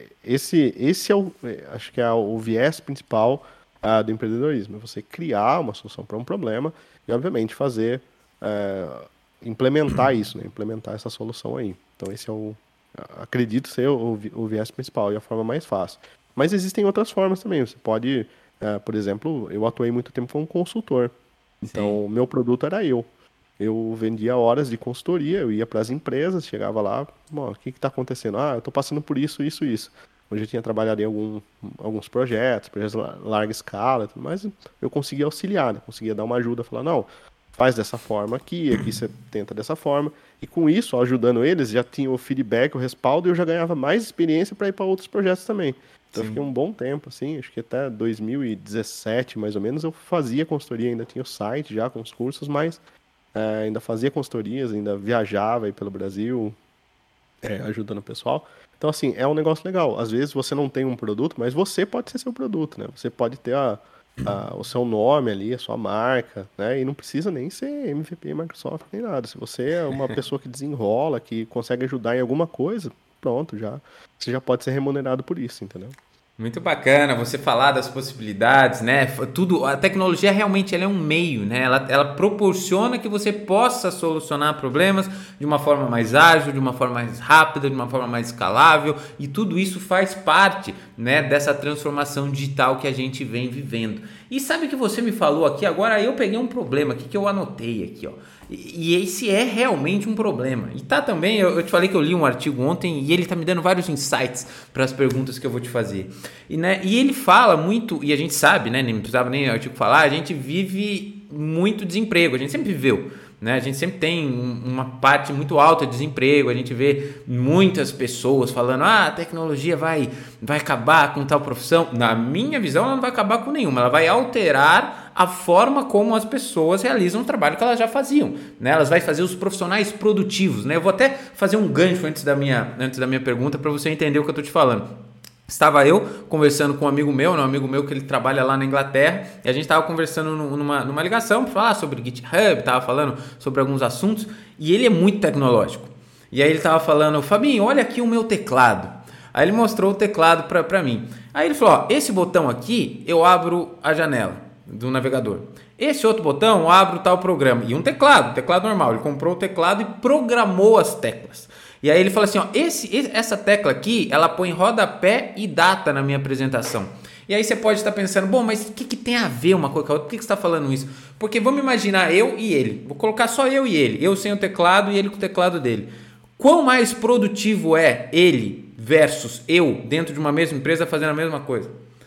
esse, esse é o, acho que é o viés principal Uh, do empreendedorismo, é você criar uma solução para um problema e, obviamente, fazer, uh, implementar isso, né? Implementar essa solução aí. Então, esse é o, acredito ser o, o viés principal e a forma mais fácil. Mas existem outras formas também. Você pode, uh, por exemplo, eu atuei muito tempo como consultor. Então, o meu produto era eu. Eu vendia horas de consultoria, eu ia para as empresas, chegava lá, o que está acontecendo? Ah, eu estou passando por isso, isso, isso. Onde eu tinha trabalhado em algum, alguns projetos, projetos larga escala, tudo mais, eu conseguia auxiliar, né? Conseguia dar uma ajuda, falar, não, faz dessa forma aqui, aqui você tenta dessa forma. E com isso, ajudando eles, já tinha o feedback, o respaldo, e eu já ganhava mais experiência para ir para outros projetos também. Então, Sim. eu fiquei um bom tempo, assim, acho que até dois mil e dezessete, mais ou menos, eu fazia consultoria, ainda tinha o site já com os cursos, mas é, ainda fazia consultorias, ainda viajava aí pelo Brasil, é, ajudando o pessoal. Então, assim, é um negócio legal. Às vezes você não tem um produto, mas você pode ser seu produto, né? Você pode ter a, a, o seu nome ali, a sua marca, né? E não precisa nem ser M V P, Microsoft, nem nada. Se você é uma pessoa que desenrola, que consegue ajudar em alguma coisa, pronto, já, você já pode ser remunerado por isso, entendeu? Muito bacana você falar das possibilidades, né? Tudo, a tecnologia realmente ela é um meio, né? Ela, ela proporciona que você possa solucionar problemas de uma forma mais ágil, de uma forma mais rápida, de uma forma mais escalável, e tudo isso faz parte, né, dessa transformação digital que a gente vem vivendo. E sabe que você me falou aqui agora, eu peguei um problema aqui que eu anotei aqui, ó. E esse é realmente um problema. E tá também, eu, eu te falei que eu li um artigo ontem e ele tá me dando vários insights para as perguntas que eu vou te fazer. E, né, e ele fala muito, e a gente sabe, né, nem precisava nem o artigo falar, a gente vive muito desemprego, a gente sempre viveu. Né? A gente sempre tem uma parte muito alta de desemprego, a gente vê muitas pessoas falando, ah, a tecnologia vai, vai acabar com tal profissão. Na minha visão, ela não vai acabar com nenhuma, ela vai alterar a forma como as pessoas realizam o trabalho que elas já faziam. Né? Elas vai fazer os profissionais produtivos. Né? Eu vou até fazer um gancho antes da minha, antes da minha pergunta para você entender o que eu estou te falando. Estava eu conversando com um amigo meu, um amigo meu que ele trabalha lá na Inglaterra, e a gente estava conversando numa, numa ligação para falar sobre GitHub, estava falando sobre alguns assuntos, e ele é muito tecnológico. E aí ele estava falando, Fabinho, olha aqui o meu teclado. Aí ele mostrou o teclado para mim. Aí ele falou, ó, esse botão aqui eu abro a janela do navegador. Esse outro botão eu abro tal programa. E um teclado, um teclado normal. Ele comprou o teclado e programou as teclas. E aí ele fala assim, ó, esse, essa tecla aqui, ela põe rodapé e data na minha apresentação. E aí você pode estar pensando, bom, mas o que, que tem a ver uma coisa com a outra? Por que, que você está falando isso? Porque vamos imaginar eu e ele. Vou colocar só eu e ele. Eu sem o teclado e ele com o teclado dele. Quão mais produtivo é ele versus eu dentro de uma mesma empresa fazendo a mesma coisa?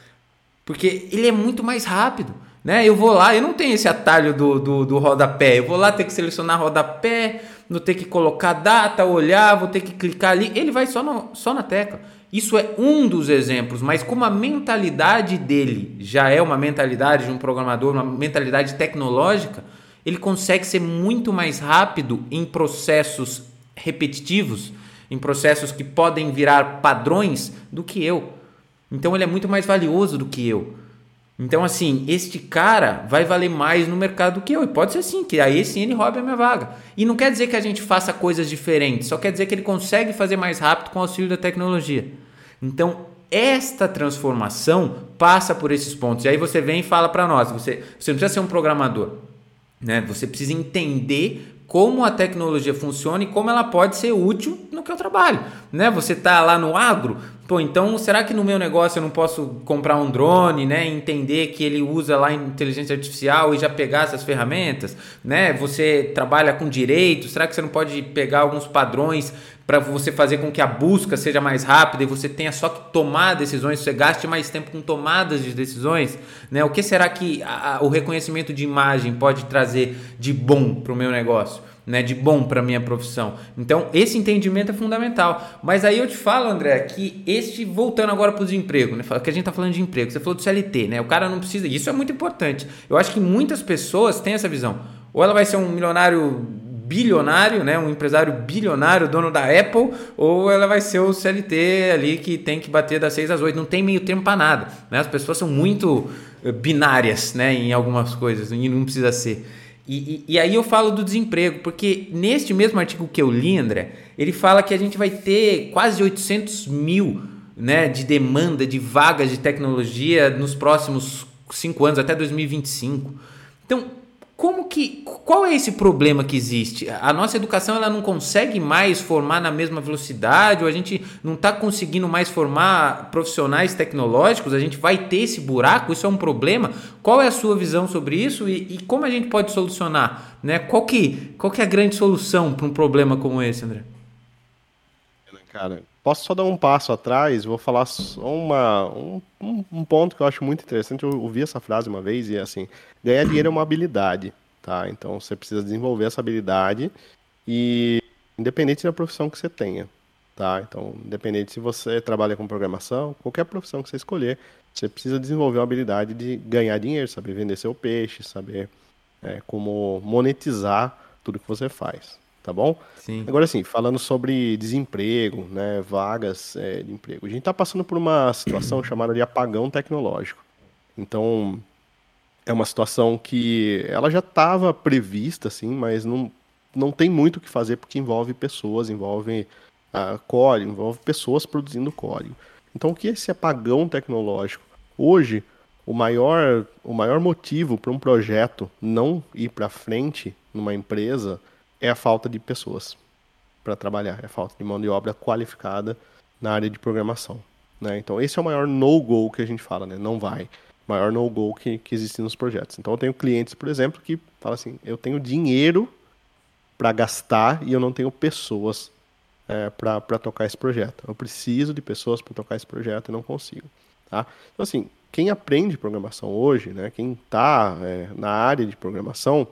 Porque ele é muito mais rápido, né? Eu vou lá, eu não tenho esse atalho do, do, do rodapé, eu vou lá ter que selecionar rodapé, vou ter que colocar data, olhar, vou ter que clicar ali, ele vai só, no, só na tecla. Isso é um dos exemplos, mas como a mentalidade dele já é uma mentalidade de um programador, uma mentalidade tecnológica, ele consegue ser muito mais rápido em processos repetitivos, em processos que podem virar padrões do que eu. Então ele é muito mais valioso do que eu. Então assim, este cara vai valer mais no mercado do que eu. E pode ser sim, que aí sim ele roube a minha vaga. E não quer dizer que a gente faça coisas diferentes, só quer dizer que ele consegue fazer mais rápido com o auxílio da tecnologia. Então esta transformação passa por esses pontos. E aí você vem e fala para nós, você, você não precisa ser um programador, né? Você precisa entender como a tecnologia funciona e como ela pode ser útil no que eu trabalho, né? Você está lá no agro, pô, então será que no meu negócio eu não posso comprar um drone, né? Entender que ele usa lá inteligência artificial e já pegar essas ferramentas, né? Você trabalha com direito, será que você não pode pegar alguns padrões para você fazer com que a busca seja mais rápida e você tenha só que tomar decisões, você gaste mais tempo com tomadas de decisões, né? O que será que a, a, o reconhecimento de imagem pode trazer de bom para o meu negócio, né? De bom para a minha profissão? Então, esse entendimento é fundamental. Mas aí eu te falo, André, que este, voltando agora para o desemprego, né? Que a gente está falando de emprego, você falou do C L T, né? O cara não precisa, isso é muito importante. Eu acho que muitas pessoas têm essa visão. Ou ela vai ser um milionário bilionário, né, um empresário bilionário, dono da Apple, ou ela vai ser o C L T ali que tem que bater das seis às oito, não tem meio termo para nada, né? As pessoas são muito binárias, né, em algumas coisas, e não precisa ser. E, e, e aí eu falo do desemprego, porque neste mesmo artigo que eu li, André, ele fala que a gente vai ter quase oitocentos mil, né, de demanda de vagas de tecnologia nos próximos cinco anos, até dois mil e vinte e cinco. Então, Como que, qual é esse problema que existe? A nossa educação ela não consegue mais formar na mesma velocidade, ou a gente não está conseguindo mais formar profissionais tecnológicos, a gente vai ter esse buraco, isso é um problema? Qual é a sua visão sobre isso e, e como a gente pode solucionar? Né? Qual, que, qual que é a grande solução para um problema como esse, André? Cara, posso só dar um passo atrás? Vou falar só uma, um, um ponto que eu acho muito interessante. Eu ouvi essa frase uma vez e é assim: ganhar dinheiro é uma habilidade, tá? Então você precisa desenvolver essa habilidade e independente da profissão que você tenha, tá? Então, independente se você trabalha com programação, qualquer profissão que você escolher, você precisa desenvolver uma habilidade de ganhar dinheiro, saber vender seu peixe, saber é, como monetizar tudo que você faz. Tá bom? Sim. Agora sim, falando sobre desemprego, né, vagas é, de emprego. A gente está passando por uma situação chamada de apagão tecnológico. Então, é uma situação que ela já estava prevista, assim, mas não, não tem muito o que fazer porque envolve pessoas, envolve uh, código, envolve pessoas produzindo código. Então, o que é esse apagão tecnológico? Hoje, o maior, o maior motivo para um projeto não ir para frente numa empresa é a falta de pessoas para trabalhar, é a falta de mão de obra qualificada na área de programação, né? Então esse é o maior no-go que a gente fala, né? Não vai. Maior no-go que, que existe nos projetos. Então eu tenho clientes, por exemplo, que falam assim, eu tenho dinheiro para gastar e eu não tenho pessoas é, para tocar esse projeto. Eu preciso de pessoas para tocar esse projeto e não consigo. Tá? Então assim, quem aprende programação hoje, né? Quem está é, na área de programação,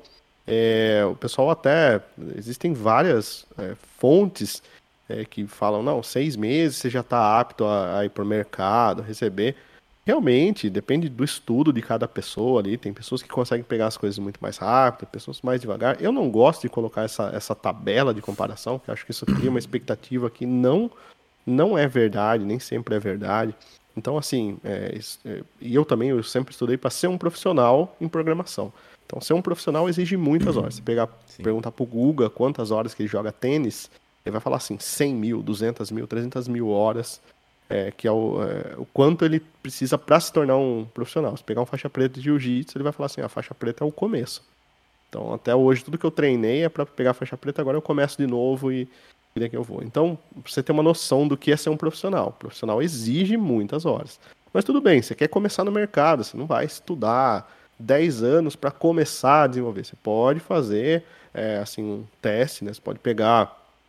É, o pessoal até, existem várias é, fontes é, que falam, não, seis meses você já está apto a, a ir para o mercado, receber. Realmente, depende do estudo de cada pessoa ali, tem pessoas que conseguem pegar as coisas muito mais rápido, pessoas mais devagar. Eu não gosto de colocar essa, essa tabela de comparação, porque acho que isso cria uma expectativa que não, não é verdade, nem sempre é verdade. Então, assim, é, é, e eu também eu sempre estudei para ser um profissional em programação. Então, ser um profissional exige muitas horas. Se pegar, perguntar pro Guga quantas horas que ele joga tênis, ele vai falar assim, cem mil, duzentas mil, trezentas mil horas, é, que é o, é, o quanto ele precisa para se tornar um profissional. Se pegar um faixa preta de jiu-jitsu, ele vai falar assim, a faixa preta é o começo. Então, até hoje, tudo que eu treinei é para pegar a faixa preta, agora eu começo de novo e daqui eu vou. Então, pra você ter uma noção do que é ser um profissional. O profissional exige muitas horas. Mas tudo bem, você quer começar no mercado, você não vai estudar dez anos para começar a desenvolver. Você pode fazer é, assim, um teste, né? Você pode pegar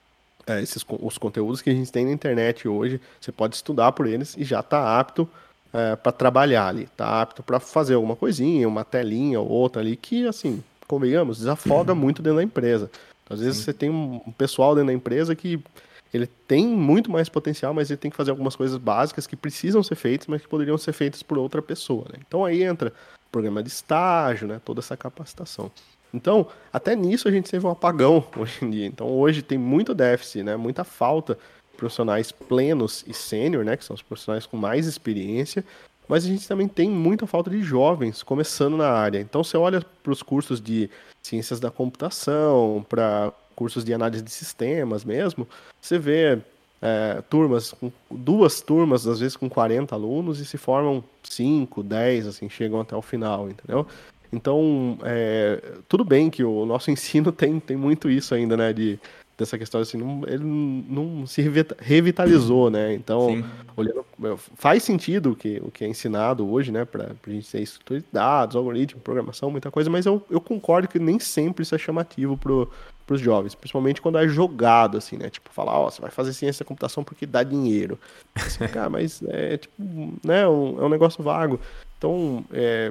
É, esses, os conteúdos que a gente tem na internet hoje, você pode estudar por eles e já está apto é, para trabalhar ali, está apto para fazer alguma coisinha, uma telinha ou outra ali, que, assim, convenhamos, desafoga muito dentro da empresa. Às vezes Sim. você tem um, um pessoal dentro da empresa que ele tem muito mais potencial, mas ele tem que fazer algumas coisas básicas que precisam ser feitas, mas que poderiam ser feitas por outra pessoa, né? Então aí entra programa de estágio, né? Toda essa capacitação. Então, até nisso a gente teve um apagão hoje em dia. Então, hoje tem muito déficit, né? Muita falta de profissionais plenos e sênior, né? Que são os profissionais com mais experiência. Mas a gente também tem muita falta de jovens começando na área. Então, você olha para os cursos de ciências da computação, para cursos de análise de sistemas mesmo, você vê é, turmas, com, duas turmas, às vezes com quarenta alunos, e se formam cinco, dez, assim, chegam até o final, entendeu? Então, é, tudo bem que o nosso ensino tem, tem muito isso ainda, né, de, dessa questão, assim, não, ele não se revitalizou, né, então, olhando, faz sentido o que, o que é ensinado hoje, né, para a gente ter estrutura de dados, algoritmo, programação, muita coisa, mas eu, eu concordo que nem sempre isso é chamativo pro para os jovens, principalmente quando é jogado, assim, né, tipo, falar, ó, oh, você vai fazer ciência da computação porque dá dinheiro, assim, cara, mas é, tipo, né, um, é um negócio vago, então, é...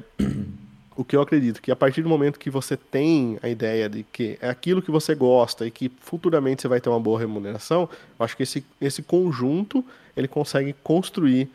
O que eu acredito, que a partir do momento que você tem a ideia de que é aquilo que você gosta e que futuramente você vai ter uma boa remuneração, eu acho que esse, esse conjunto, ele consegue construir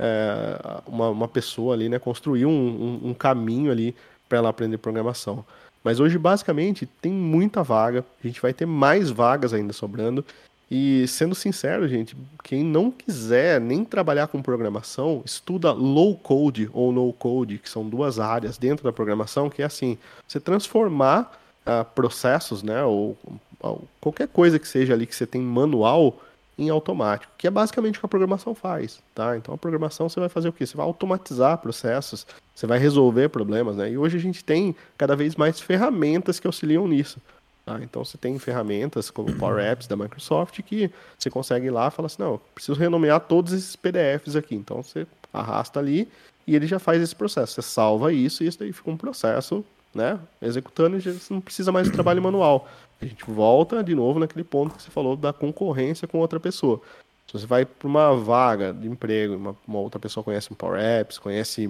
é, uma, uma pessoa ali, né, construir um, um, um caminho ali para ela aprender programação. Mas hoje, basicamente, tem muita vaga, a gente vai ter mais vagas ainda sobrando. E, sendo sincero, gente, quem não quiser nem trabalhar com programação, estuda low code ou no code, que são duas áreas dentro da programação, que é assim, você transformar uh, processos, né, ou, ou qualquer coisa que seja ali que você tem manual em automático, que é basicamente o que a programação faz, tá? Então a programação você vai fazer o quê? Você vai automatizar processos, você vai resolver problemas, né? E hoje a gente tem cada vez mais ferramentas que auxiliam nisso. Ah, então você tem ferramentas como o Power Apps da Microsoft que você consegue ir lá e falar assim, não, eu preciso renomear todos esses P D Fs aqui. Então você arrasta ali e ele já faz esse processo. Você salva isso e isso daí fica um processo, né, executando e você não precisa mais de trabalho manual. A gente volta de novo naquele ponto que você falou da concorrência com outra pessoa. Se você vai para uma vaga de emprego, uma, uma outra pessoa conhece um Power Apps, conhece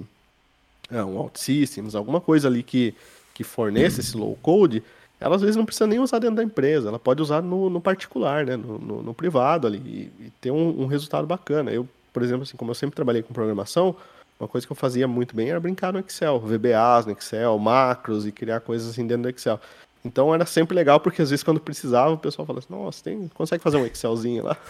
é, um OutSystems, alguma coisa ali que, que forneça esse low code, ela às vezes não precisa nem usar dentro da empresa, ela pode usar no, no particular, né, no, no, no privado ali, e, e ter um, um resultado bacana. Eu, por exemplo, assim, como eu sempre trabalhei com programação, uma coisa que eu fazia muito bem era brincar no Excel, V B As no Excel, macros e criar coisas assim dentro do Excel. Então era sempre legal, porque às vezes quando precisava, o pessoal falava assim, nossa, tem, consegue fazer um Excelzinho lá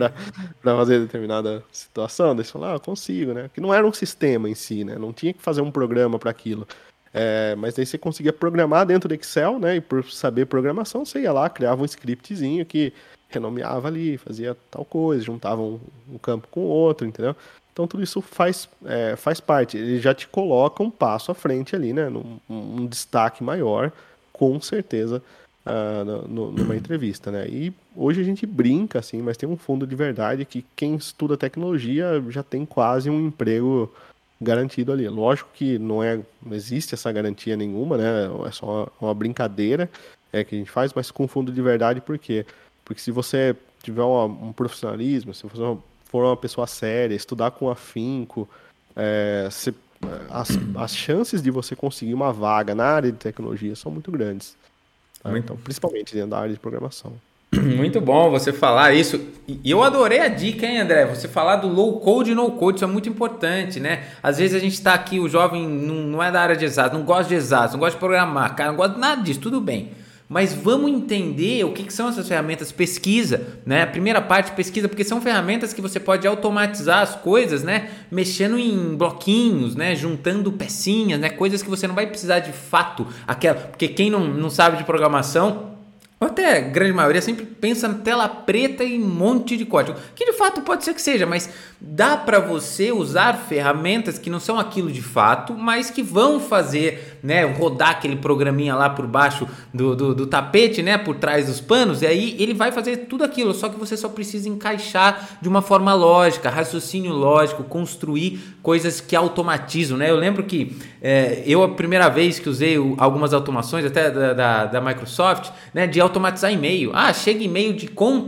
para fazer determinada situação? Daí você falava, ah, eu consigo, né? Que não era um sistema em si, né? Não tinha que fazer um programa para aquilo. É, mas daí você conseguia programar dentro do Excel, né? E por saber programação, você ia lá, criava um scriptzinho que renomeava ali, fazia tal coisa, juntava um, um campo com o outro, entendeu? Então tudo isso faz, é, faz parte. Ele já te coloca um passo à frente ali, né? Num, um destaque maior, com certeza, uh, no, numa entrevista, né? E hoje a gente brinca, assim, mas tem um fundo de verdade que quem estuda tecnologia já tem quase um emprego garantido ali. Lógico que não, é, não existe essa garantia nenhuma, né? É só uma, uma brincadeira é, que a gente faz, mas com fundo de verdade, por quê? Porque se você tiver uma, um profissionalismo, se você for uma pessoa séria, estudar com afinco, é, se, as, as chances de você conseguir uma vaga na área de tecnologia são muito grandes. Tá? Muito. Então, principalmente dentro da área de programação. Muito bom você falar isso. E eu adorei a dica, hein, André? Você falar do low code e no code, isso é muito importante, né? Às vezes a gente está aqui, o jovem não, não é da área de exatos, não gosta de exatos, não gosta de programar, cara, não gosta de nada disso, tudo bem. Mas vamos entender o que, que são essas ferramentas. Pesquisa, né? A primeira parte, pesquisa, porque são ferramentas que você pode automatizar as coisas, né? Mexendo em bloquinhos, né? Juntando pecinhas, né? Coisas que você não vai precisar de fato, aquela, porque quem não, não sabe de programação, ou até a grande maioria, sempre pensa na tela preta e um monte de código, que de fato pode ser que seja, mas dá para você usar ferramentas que não são aquilo de fato, mas que vão fazer, né, rodar aquele programinha lá por baixo do, do, do tapete, né, por trás dos panos, e aí ele vai fazer tudo aquilo, só que você só precisa encaixar de uma forma lógica, raciocínio lógico, construir coisas que automatizam, né? Eu lembro que é, eu a primeira vez que usei algumas automações, até da, da, da Microsoft, né, de automatizar e-mail. Ah, chega e-mail de conta,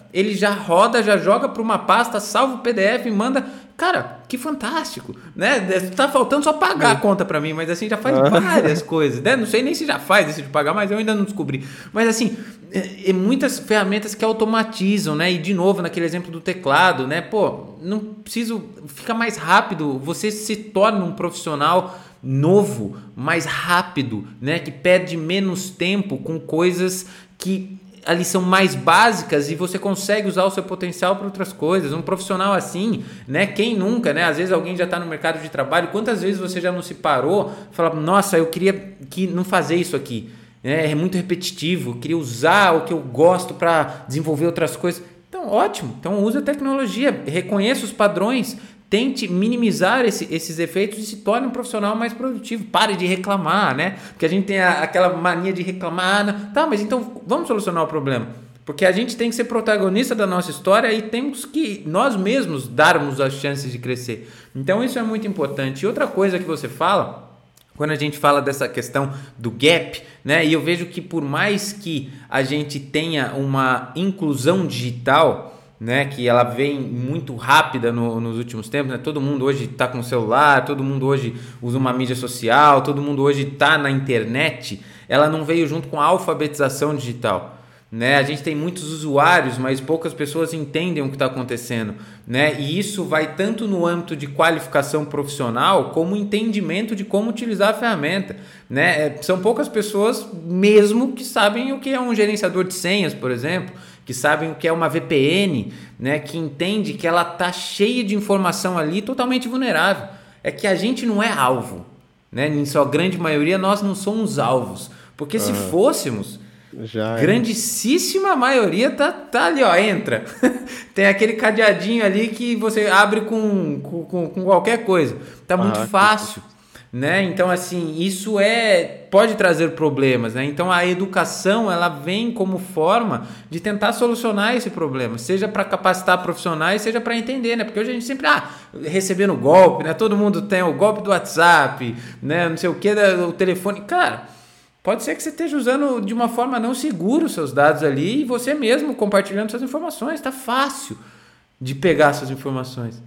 ele já roda, já joga para uma pasta, salva o P D F e manda. Cara, que fantástico, né? Tá faltando só pagar a conta para mim, mas assim, já faz várias coisas, né? Não sei nem se já faz isso de pagar, mas eu ainda não descobri. Mas assim, é, é muitas ferramentas que automatizam, né? E de novo, naquele exemplo do teclado, né? Pô, não preciso, fica mais rápido, você se torna um profissional novo, mais rápido, né? Que perde menos tempo com coisas que ali são mais básicas e você consegue usar o seu potencial para outras coisas. Um profissional assim, né? Quem nunca, né? Às vezes alguém já está no mercado de trabalho, quantas vezes você já não se parou e fala, nossa, eu queria que não fazer isso aqui, é, é muito repetitivo, eu queria usar o que eu gosto para desenvolver outras coisas. Então, ótimo, então use a tecnologia, reconheça os padrões, tente minimizar esse, esses efeitos e se torne um profissional mais produtivo. Pare de reclamar, né? Porque a gente tem a, aquela mania de reclamar. Né? Tá, mas então vamos solucionar o problema. Porque a gente tem que ser protagonista da nossa história e temos que nós mesmos darmos as chances de crescer. Então isso é muito importante. E outra coisa que você fala, quando a gente fala dessa questão do gap, né? E eu vejo que por mais que a gente tenha uma inclusão digital, né, que ela vem muito rápida no, nos últimos tempos, né? Todo mundo hoje está com celular, todo mundo hoje usa uma mídia social, todo mundo hoje está na internet, ela não veio junto com a alfabetização digital, né? A gente tem muitos usuários, mas poucas pessoas entendem o que está acontecendo, né? E isso vai tanto no âmbito de qualificação profissional como entendimento de como utilizar a ferramenta, né? É, são poucas pessoas mesmo que sabem o que é um gerenciador de senhas, por exemplo, que sabem o que é uma V P N, né, que entende que ela está cheia de informação ali totalmente vulnerável. É que a gente não é alvo, né? Em sua grande maioria nós não somos alvos, porque uhum. se fôssemos, já é. Grandíssima maioria tá, tá ali, ó, entra. Tem aquele cadeadinho ali que você abre com, com, com qualquer coisa. Tá muito ah, fácil. Né? Então, assim, isso é pode trazer problemas, né? Então, a educação ela vem como forma de tentar solucionar esse problema, seja para capacitar profissionais, seja para entender, né? Porque hoje a gente sempre ah, recebendo golpe, né? Todo mundo tem o golpe do WhatsApp, né? Não sei o que, o telefone. Cara, pode ser que você esteja usando de uma forma não segura os seus dados ali e você mesmo compartilhando suas informações. Tá fácil de pegar suas informações.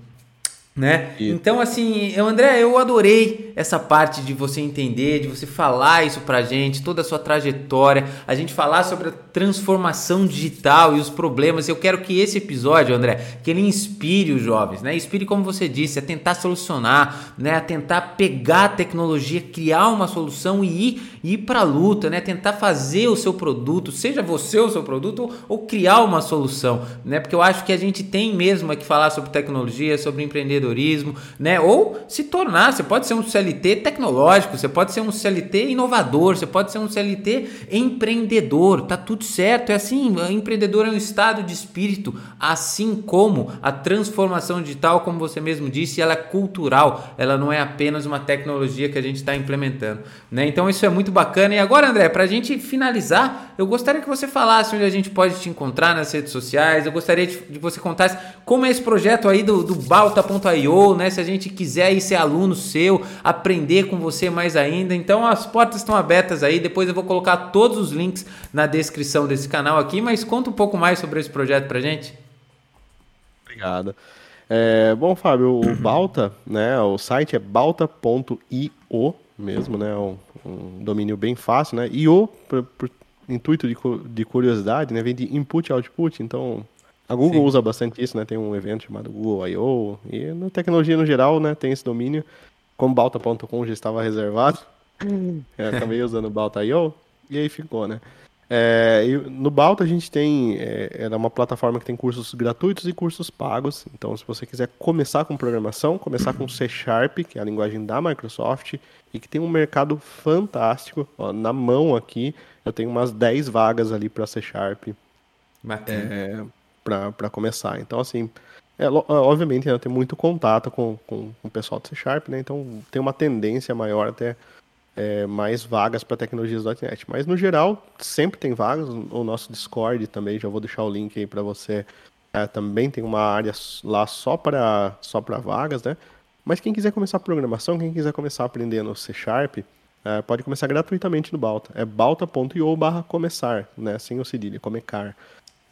Né? Então, assim, eu, André, eu adorei essa parte de você entender, de você falar isso pra gente, toda a sua trajetória, a gente falar sobre a transformação digital e os problemas. Eu quero que esse episódio, André, que ele inspire os jovens, né? Inspire, como você disse, a tentar solucionar, né? A tentar pegar a tecnologia, criar uma solução e ir, ir pra luta, né? Tentar fazer o seu produto, seja você o seu produto ou, ou criar uma solução, né? Porque eu acho que a gente tem mesmo aqui falar sobre tecnologia, sobre empreendedorismo, né? Ou se tornar, você pode ser um C L T tecnológico, você pode ser um C L T inovador, você pode ser um C L T empreendedor, tá tudo certo, é assim, empreendedor é um estado de espírito, assim como a transformação digital, como você mesmo disse, ela é cultural, ela não é apenas uma tecnologia que a gente está implementando, né? Então isso é muito bacana. E agora, André, para a gente finalizar, eu gostaria que você falasse onde a gente pode te encontrar nas redes sociais, eu gostaria de que você contasse como é esse projeto aí do, do balta ponto i o, né? Se a gente quiser ir ser aluno seu, aprender com você mais ainda, então as portas estão abertas aí. Depois eu vou colocar todos os links na descrição desse canal aqui, mas conta um pouco mais sobre esse projeto pra gente. Obrigado. É, bom, Fábio, o Balta, né? O site é balta ponto i o mesmo, né? Um, um domínio bem fácil, né? I O, por, por intuito de, de curiosidade, né? Vem de input e output, então a Google Sim. usa bastante isso, né? Tem um evento chamado Google I O e na tecnologia no geral, né? Tem esse domínio. Como balta ponto com já estava reservado, eu acabei usando o balta ponto i o e aí ficou, né? É, e no Balta a gente tem, é, é uma plataforma que tem cursos gratuitos e cursos pagos. Então, se você quiser começar com programação, começar com C Sharp, que é a linguagem da Microsoft, e que tem um mercado fantástico. Ó, na mão aqui, eu tenho umas dez vagas ali para C Sharp. É, para começar. Então, assim, é, obviamente ainda tem muito contato com, com, com o pessoal do C Sharp, né? Então tem uma tendência maior até é, mais vagas para tecnologias .ponto net. Mas no geral, sempre tem vagas. O nosso Discord também, já vou deixar o link aí para você. É, também tem uma área lá só para só para vagas, né? Mas quem quiser começar programação, quem quiser começar aprendendo C Sharp, é, pode começar gratuitamente no Balta. É balta ponto i o barra começar, né? Sem o cedilha, comecar.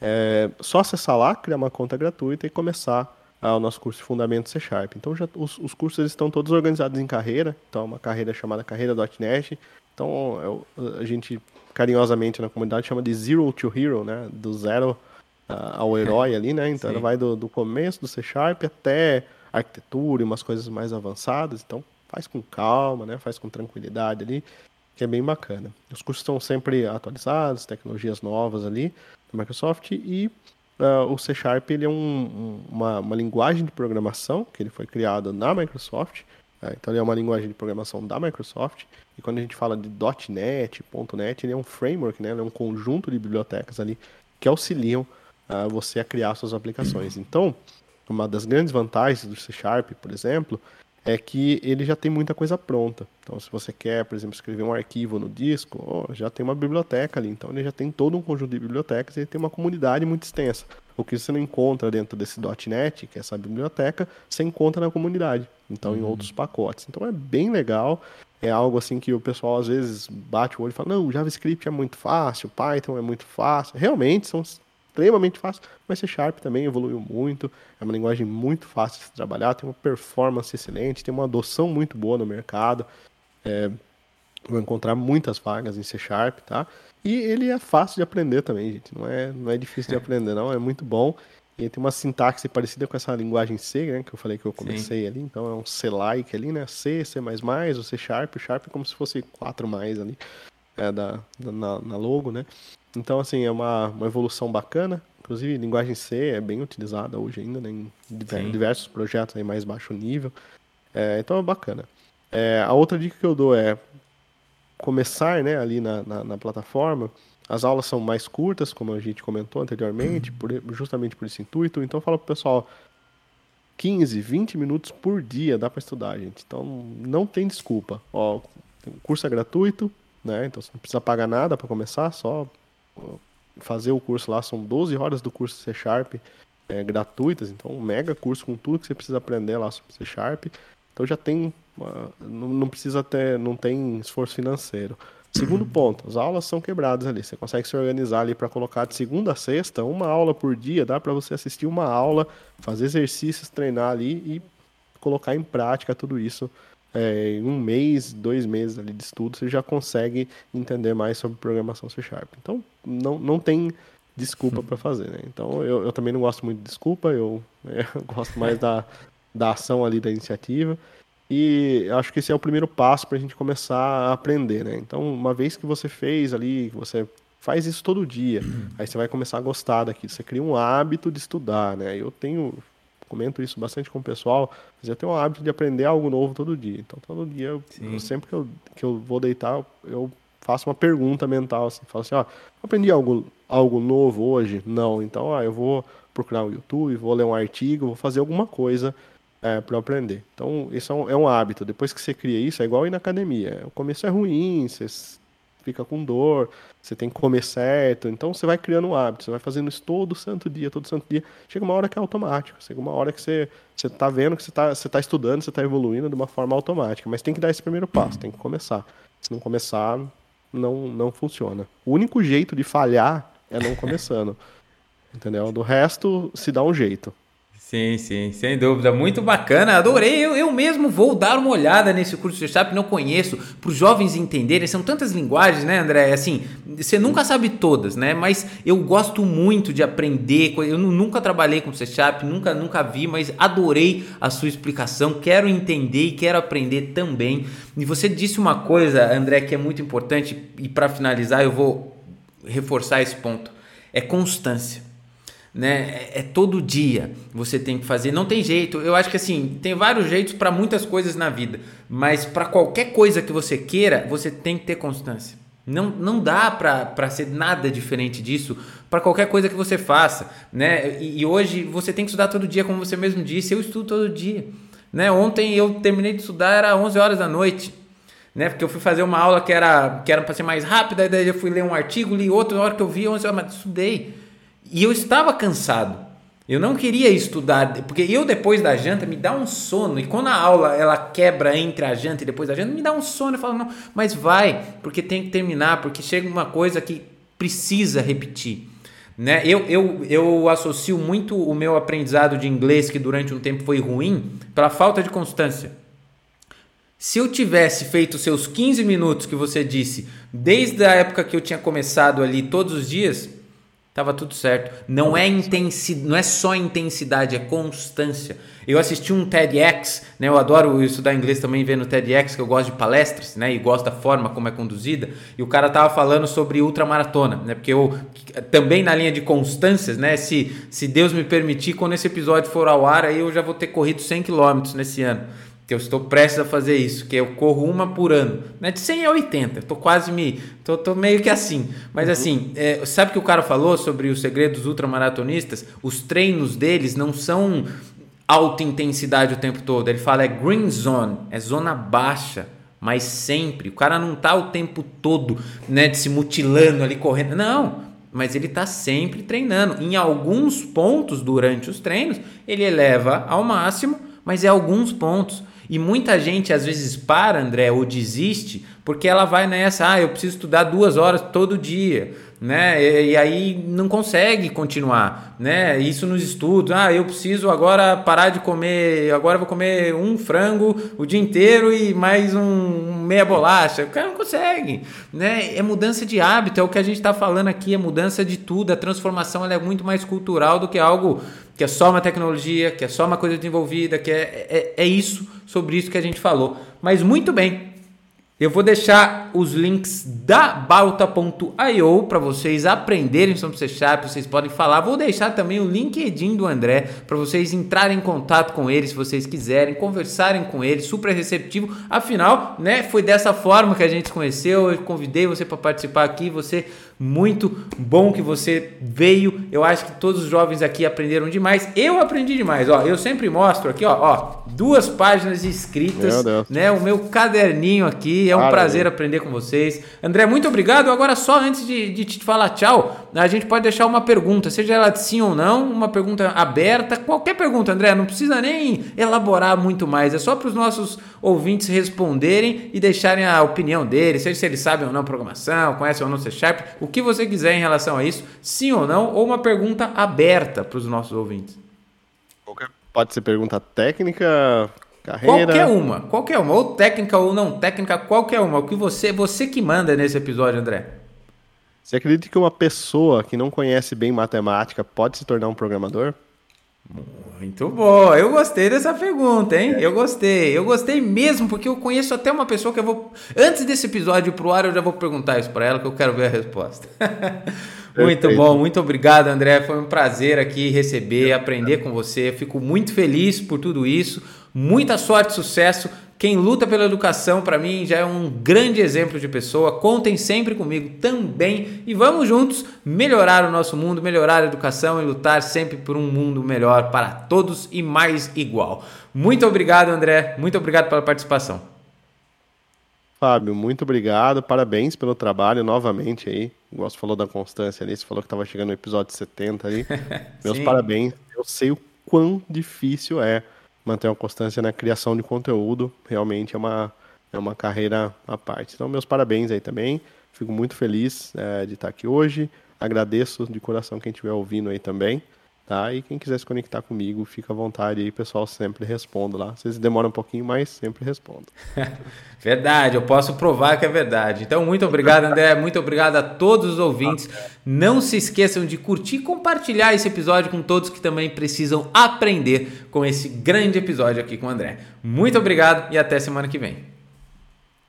É só acessar lá, criar uma conta gratuita e começar ah, o nosso curso de Fundamentos C Sharp. Então, já, os, os cursos eles estão todos organizados em carreira. Então, é uma carreira chamada Carreira ponto net. Então, é, a gente carinhosamente na comunidade chama de Zero to Hero, né? Do zero uh, ao herói ali, né? Então, ela vai do, do começo do C Sharp até arquitetura e umas coisas mais avançadas. Então, faz com calma, né? Faz com tranquilidade ali, que é bem bacana. Os cursos estão sempre atualizados, tecnologias novas ali da Microsoft e uh, o C Sharp ele é um, um, uma, uma linguagem de programação que ele foi criado na Microsoft. Uh, então ele é uma linguagem de programação da Microsoft. E quando a gente fala de .NET, .NET, ele é um framework, né? Ele é um conjunto de bibliotecas ali que auxiliam uh, você a criar suas aplicações. Então, uma das grandes vantagens do C Sharp, por exemplo, é que ele já tem muita coisa pronta. Então, se você quer, por exemplo, escrever um arquivo no disco, oh, já tem uma biblioteca ali. Então, ele já tem todo um conjunto de bibliotecas e ele tem uma comunidade muito extensa. O que você não encontra dentro desse .NET, que é essa biblioteca, você encontra na comunidade. Então, uhum. em outros pacotes. Então, é bem legal. É algo assim que o pessoal, às vezes, bate o olho e fala, não, JavaScript é muito fácil, Python é muito fácil. Realmente, são extremamente fáceis, mas C Sharp também evoluiu muito, é uma linguagem muito fácil de se trabalhar, tem uma performance excelente, tem uma adoção muito boa no mercado, é, vou encontrar muitas vagas em C Sharp, tá? E ele é fácil de aprender também, gente, não é, não é difícil de aprender não, é muito bom, e tem uma sintaxe parecida com essa linguagem C, né, que eu falei que eu comecei Sim. ali, então é um C-like ali, né, C, C++, o C Sharp, o Sharp é como se fosse quatro mais ali, é, da, da, na, na logo, né? Então, assim, é uma, uma evolução bacana. Inclusive, linguagem C é bem utilizada hoje ainda, né, em Sim. diversos projetos aí mais baixo nível. É, então, é bacana. É, a outra dica que eu dou é começar, né, ali na, na, na plataforma. As aulas são mais curtas, como a gente comentou anteriormente, por, justamente por esse intuito. Então, eu falo pro pessoal, quinze, vinte minutos por dia dá para estudar, gente. Então, não tem desculpa. Ó, o curso é gratuito, né, então você não precisa pagar nada para começar, só fazer o curso lá, são doze horas do curso C Sharp é, gratuitas, então um mega curso com tudo que você precisa aprender lá sobre C Sharp, então já tem, uma, não, não precisa ter, não tem esforço financeiro. Segundo ponto, as aulas são quebradas ali, você consegue se organizar ali para colocar de segunda a sexta, uma aula por dia, dá para você assistir uma aula, fazer exercícios, treinar ali e colocar em prática tudo isso. É, em um mês, dois meses ali de estudo, você já consegue entender mais sobre programação C Sharp. Então, não, não tem desculpa para fazer, né? Então, eu, eu também não gosto muito de desculpa, eu, eu gosto mais da, da ação ali, da iniciativa. E acho que esse é o primeiro passo para a gente começar a aprender, né? Então, uma vez que você fez ali, que você faz isso todo dia, aí você vai começar a gostar daquilo. Você cria um hábito de estudar, né? Eu tenho... comento isso bastante com o pessoal, mas eu tenho o hábito de aprender algo novo todo dia. Então, todo dia, eu, eu, sempre que eu, que eu vou deitar, eu faço uma pergunta mental, assim, falo assim, ó, aprendi algo, algo novo hoje? Não. Então, ó, eu vou procurar no YouTube, vou ler um artigo, vou fazer alguma coisa é, para aprender. Então, isso é um, é um hábito. Depois que você cria isso, é igual ir na academia. O começo é ruim, você fica com dor, você tem que comer certo, então você vai criando um hábito, você vai fazendo isso todo santo dia, todo santo dia, chega uma hora que é automático, chega uma hora que você você está vendo que você está você tá estudando, você está evoluindo de uma forma automática, mas tem que dar esse primeiro passo, tem que começar, se não começar, não, não funciona. O único jeito de falhar é não começando, entendeu? Do resto, se dá um jeito. Sim, sim, sem dúvida, muito bacana, adorei, eu, eu mesmo vou dar uma olhada nesse curso de C Sharp, não conheço, para os jovens entenderem, são tantas linguagens, né, André, assim, você nunca sabe todas, né, mas eu gosto muito de aprender, eu nunca trabalhei com C Sharp, nunca, nunca vi, mas adorei a sua explicação, quero entender e quero aprender também, e você disse uma coisa, André, que é muito importante, e para finalizar eu vou reforçar esse ponto, é constância. Né? É todo dia você tem que fazer, não tem jeito, eu acho que assim, tem vários jeitos para muitas coisas na vida, mas para qualquer coisa que você queira, você tem que ter constância, não, não dá para ser nada diferente disso para qualquer coisa que você faça, né? E, e hoje você tem que estudar todo dia, como você mesmo disse, eu estudo todo dia, né? Ontem eu terminei de estudar, era onze horas da noite, né? Porque eu fui fazer uma aula que era, que era para ser mais rápida, daí eu fui ler um artigo, li outro, na hora que eu vi onze horas, mas estudei. E eu estava cansado, eu não queria estudar, porque eu depois da janta me dá um sono, e quando a aula ela quebra entre a janta e depois da janta, me dá um sono, eu falo, não, mas vai, porque tem que terminar, porque chega uma coisa que precisa repetir, né? Eu, eu, eu associo muito o meu aprendizado de inglês, que durante um tempo foi ruim, pela falta de constância. Se eu tivesse feito os seus quinze minutos que você disse, desde a época que eu tinha começado ali todos os dias, tava tudo certo. Não é intensidade, não é só intensidade, é constância. Eu assisti um TEDx, né? Eu adoro estudar inglês também vendo TEDx, que eu gosto de palestras, né? E gosto da forma como é conduzida. E o cara tava falando sobre ultramaratona, né? Porque eu também na linha de constâncias, né? Se, se Deus me permitir, quando esse episódio for ao ar, aí eu já vou ter corrido cem quilômetros nesse ano. Que eu estou prestes a fazer isso, que eu corro uma por ano, né? De cem a oitenta, eu tô quase me, tô, tô meio que assim, mas uhum. assim, é, sabe o que o cara falou sobre os segredos dos ultramaratonistas? Os treinos deles não são alta intensidade o tempo todo, ele fala é green zone, é zona baixa, mas sempre, o cara não tá o tempo todo, né, de se mutilando ali, correndo, não, mas ele tá sempre treinando, em alguns pontos durante os treinos, ele eleva ao máximo, mas é alguns pontos. E muita gente às vezes para, André, ou desiste, porque ela vai nessa, ah, eu preciso estudar duas horas todo dia, né? E, e aí não consegue continuar, né? Isso nos estudos, ah, eu preciso agora parar de comer, agora eu vou comer um frango o dia inteiro e mais um meia bolacha. O cara não consegue, né? É mudança de hábito, é o que a gente está falando aqui, é mudança de tudo, a transformação ela é muito mais cultural do que algo que é só uma tecnologia, que é só uma coisa desenvolvida, que é, é, é isso, sobre isso que a gente falou. Mas muito bem, eu vou deixar os links da Balta ponto i o para vocês aprenderem sobre C Sharp, vocês podem falar. Vou deixar também o LinkedIn do André para vocês entrarem em contato com ele, se vocês quiserem, conversarem com ele, super receptivo. Afinal, né, foi dessa forma que a gente se conheceu, eu convidei você para participar aqui, você... Muito bom que você veio. Eu acho que todos os jovens aqui aprenderam demais. Eu aprendi demais. Ó, eu sempre mostro aqui, ó, ó duas páginas escritas, né? O meu caderninho aqui. É um Caramba. prazer aprender com vocês. André, muito obrigado. Agora, só antes de, de te falar tchau, a gente pode deixar uma pergunta, seja ela de sim ou não, uma pergunta aberta. Qualquer pergunta, André, não precisa nem elaborar muito mais. É só para os nossos ouvintes responderem e deixarem a opinião deles, seja se eles sabem ou não programação, conhecem ou não C Sharp, o que você quiser em relação a isso, sim ou não, ou uma pergunta aberta para os nossos ouvintes. Pode ser pergunta técnica, carreira... Qualquer uma, qualquer uma, ou técnica ou não técnica, qualquer uma, o que você, você que manda nesse episódio, André. Você acredita que uma pessoa que não conhece bem matemática pode se tornar um programador? Muito bom, eu gostei dessa pergunta, hein? Eu gostei, eu gostei mesmo, porque eu conheço até uma pessoa que eu vou... Antes desse episódio pro ar, eu já vou perguntar isso para ela, que eu quero ver a resposta. Muito Perfeito. Bom, muito obrigado, André, foi um prazer aqui receber, aprender com você, fico muito feliz por tudo isso, muita sorte e sucesso. Quem luta pela educação, para mim, já é um grande exemplo de pessoa. Contem sempre comigo também e vamos juntos melhorar o nosso mundo, melhorar a educação e lutar sempre por um mundo melhor para todos e mais igual. Muito obrigado, André. Muito obrigado pela participação. Fábio, muito obrigado. Parabéns pelo trabalho novamente aí. O Gosto falou da constância ali. Você falou que estava chegando no episódio setenta ali. Meus parabéns. Eu sei o quão difícil é manter uma constância na criação de conteúdo, realmente é uma, é uma carreira à parte. Então, meus parabéns aí também, fico muito feliz é, de estar aqui hoje, agradeço de coração quem estiver ouvindo aí também, tá? E quem quiser se conectar comigo, fica à vontade aí, pessoal, sempre respondo lá. Às vezes demora um pouquinho, mas sempre respondo. Verdade, eu posso provar que é verdade. Então, muito obrigado, André, muito obrigado a todos os ouvintes. Não se esqueçam de curtir e compartilhar esse episódio com todos que também precisam aprender com esse grande episódio aqui com o André. Muito obrigado e até semana que vem.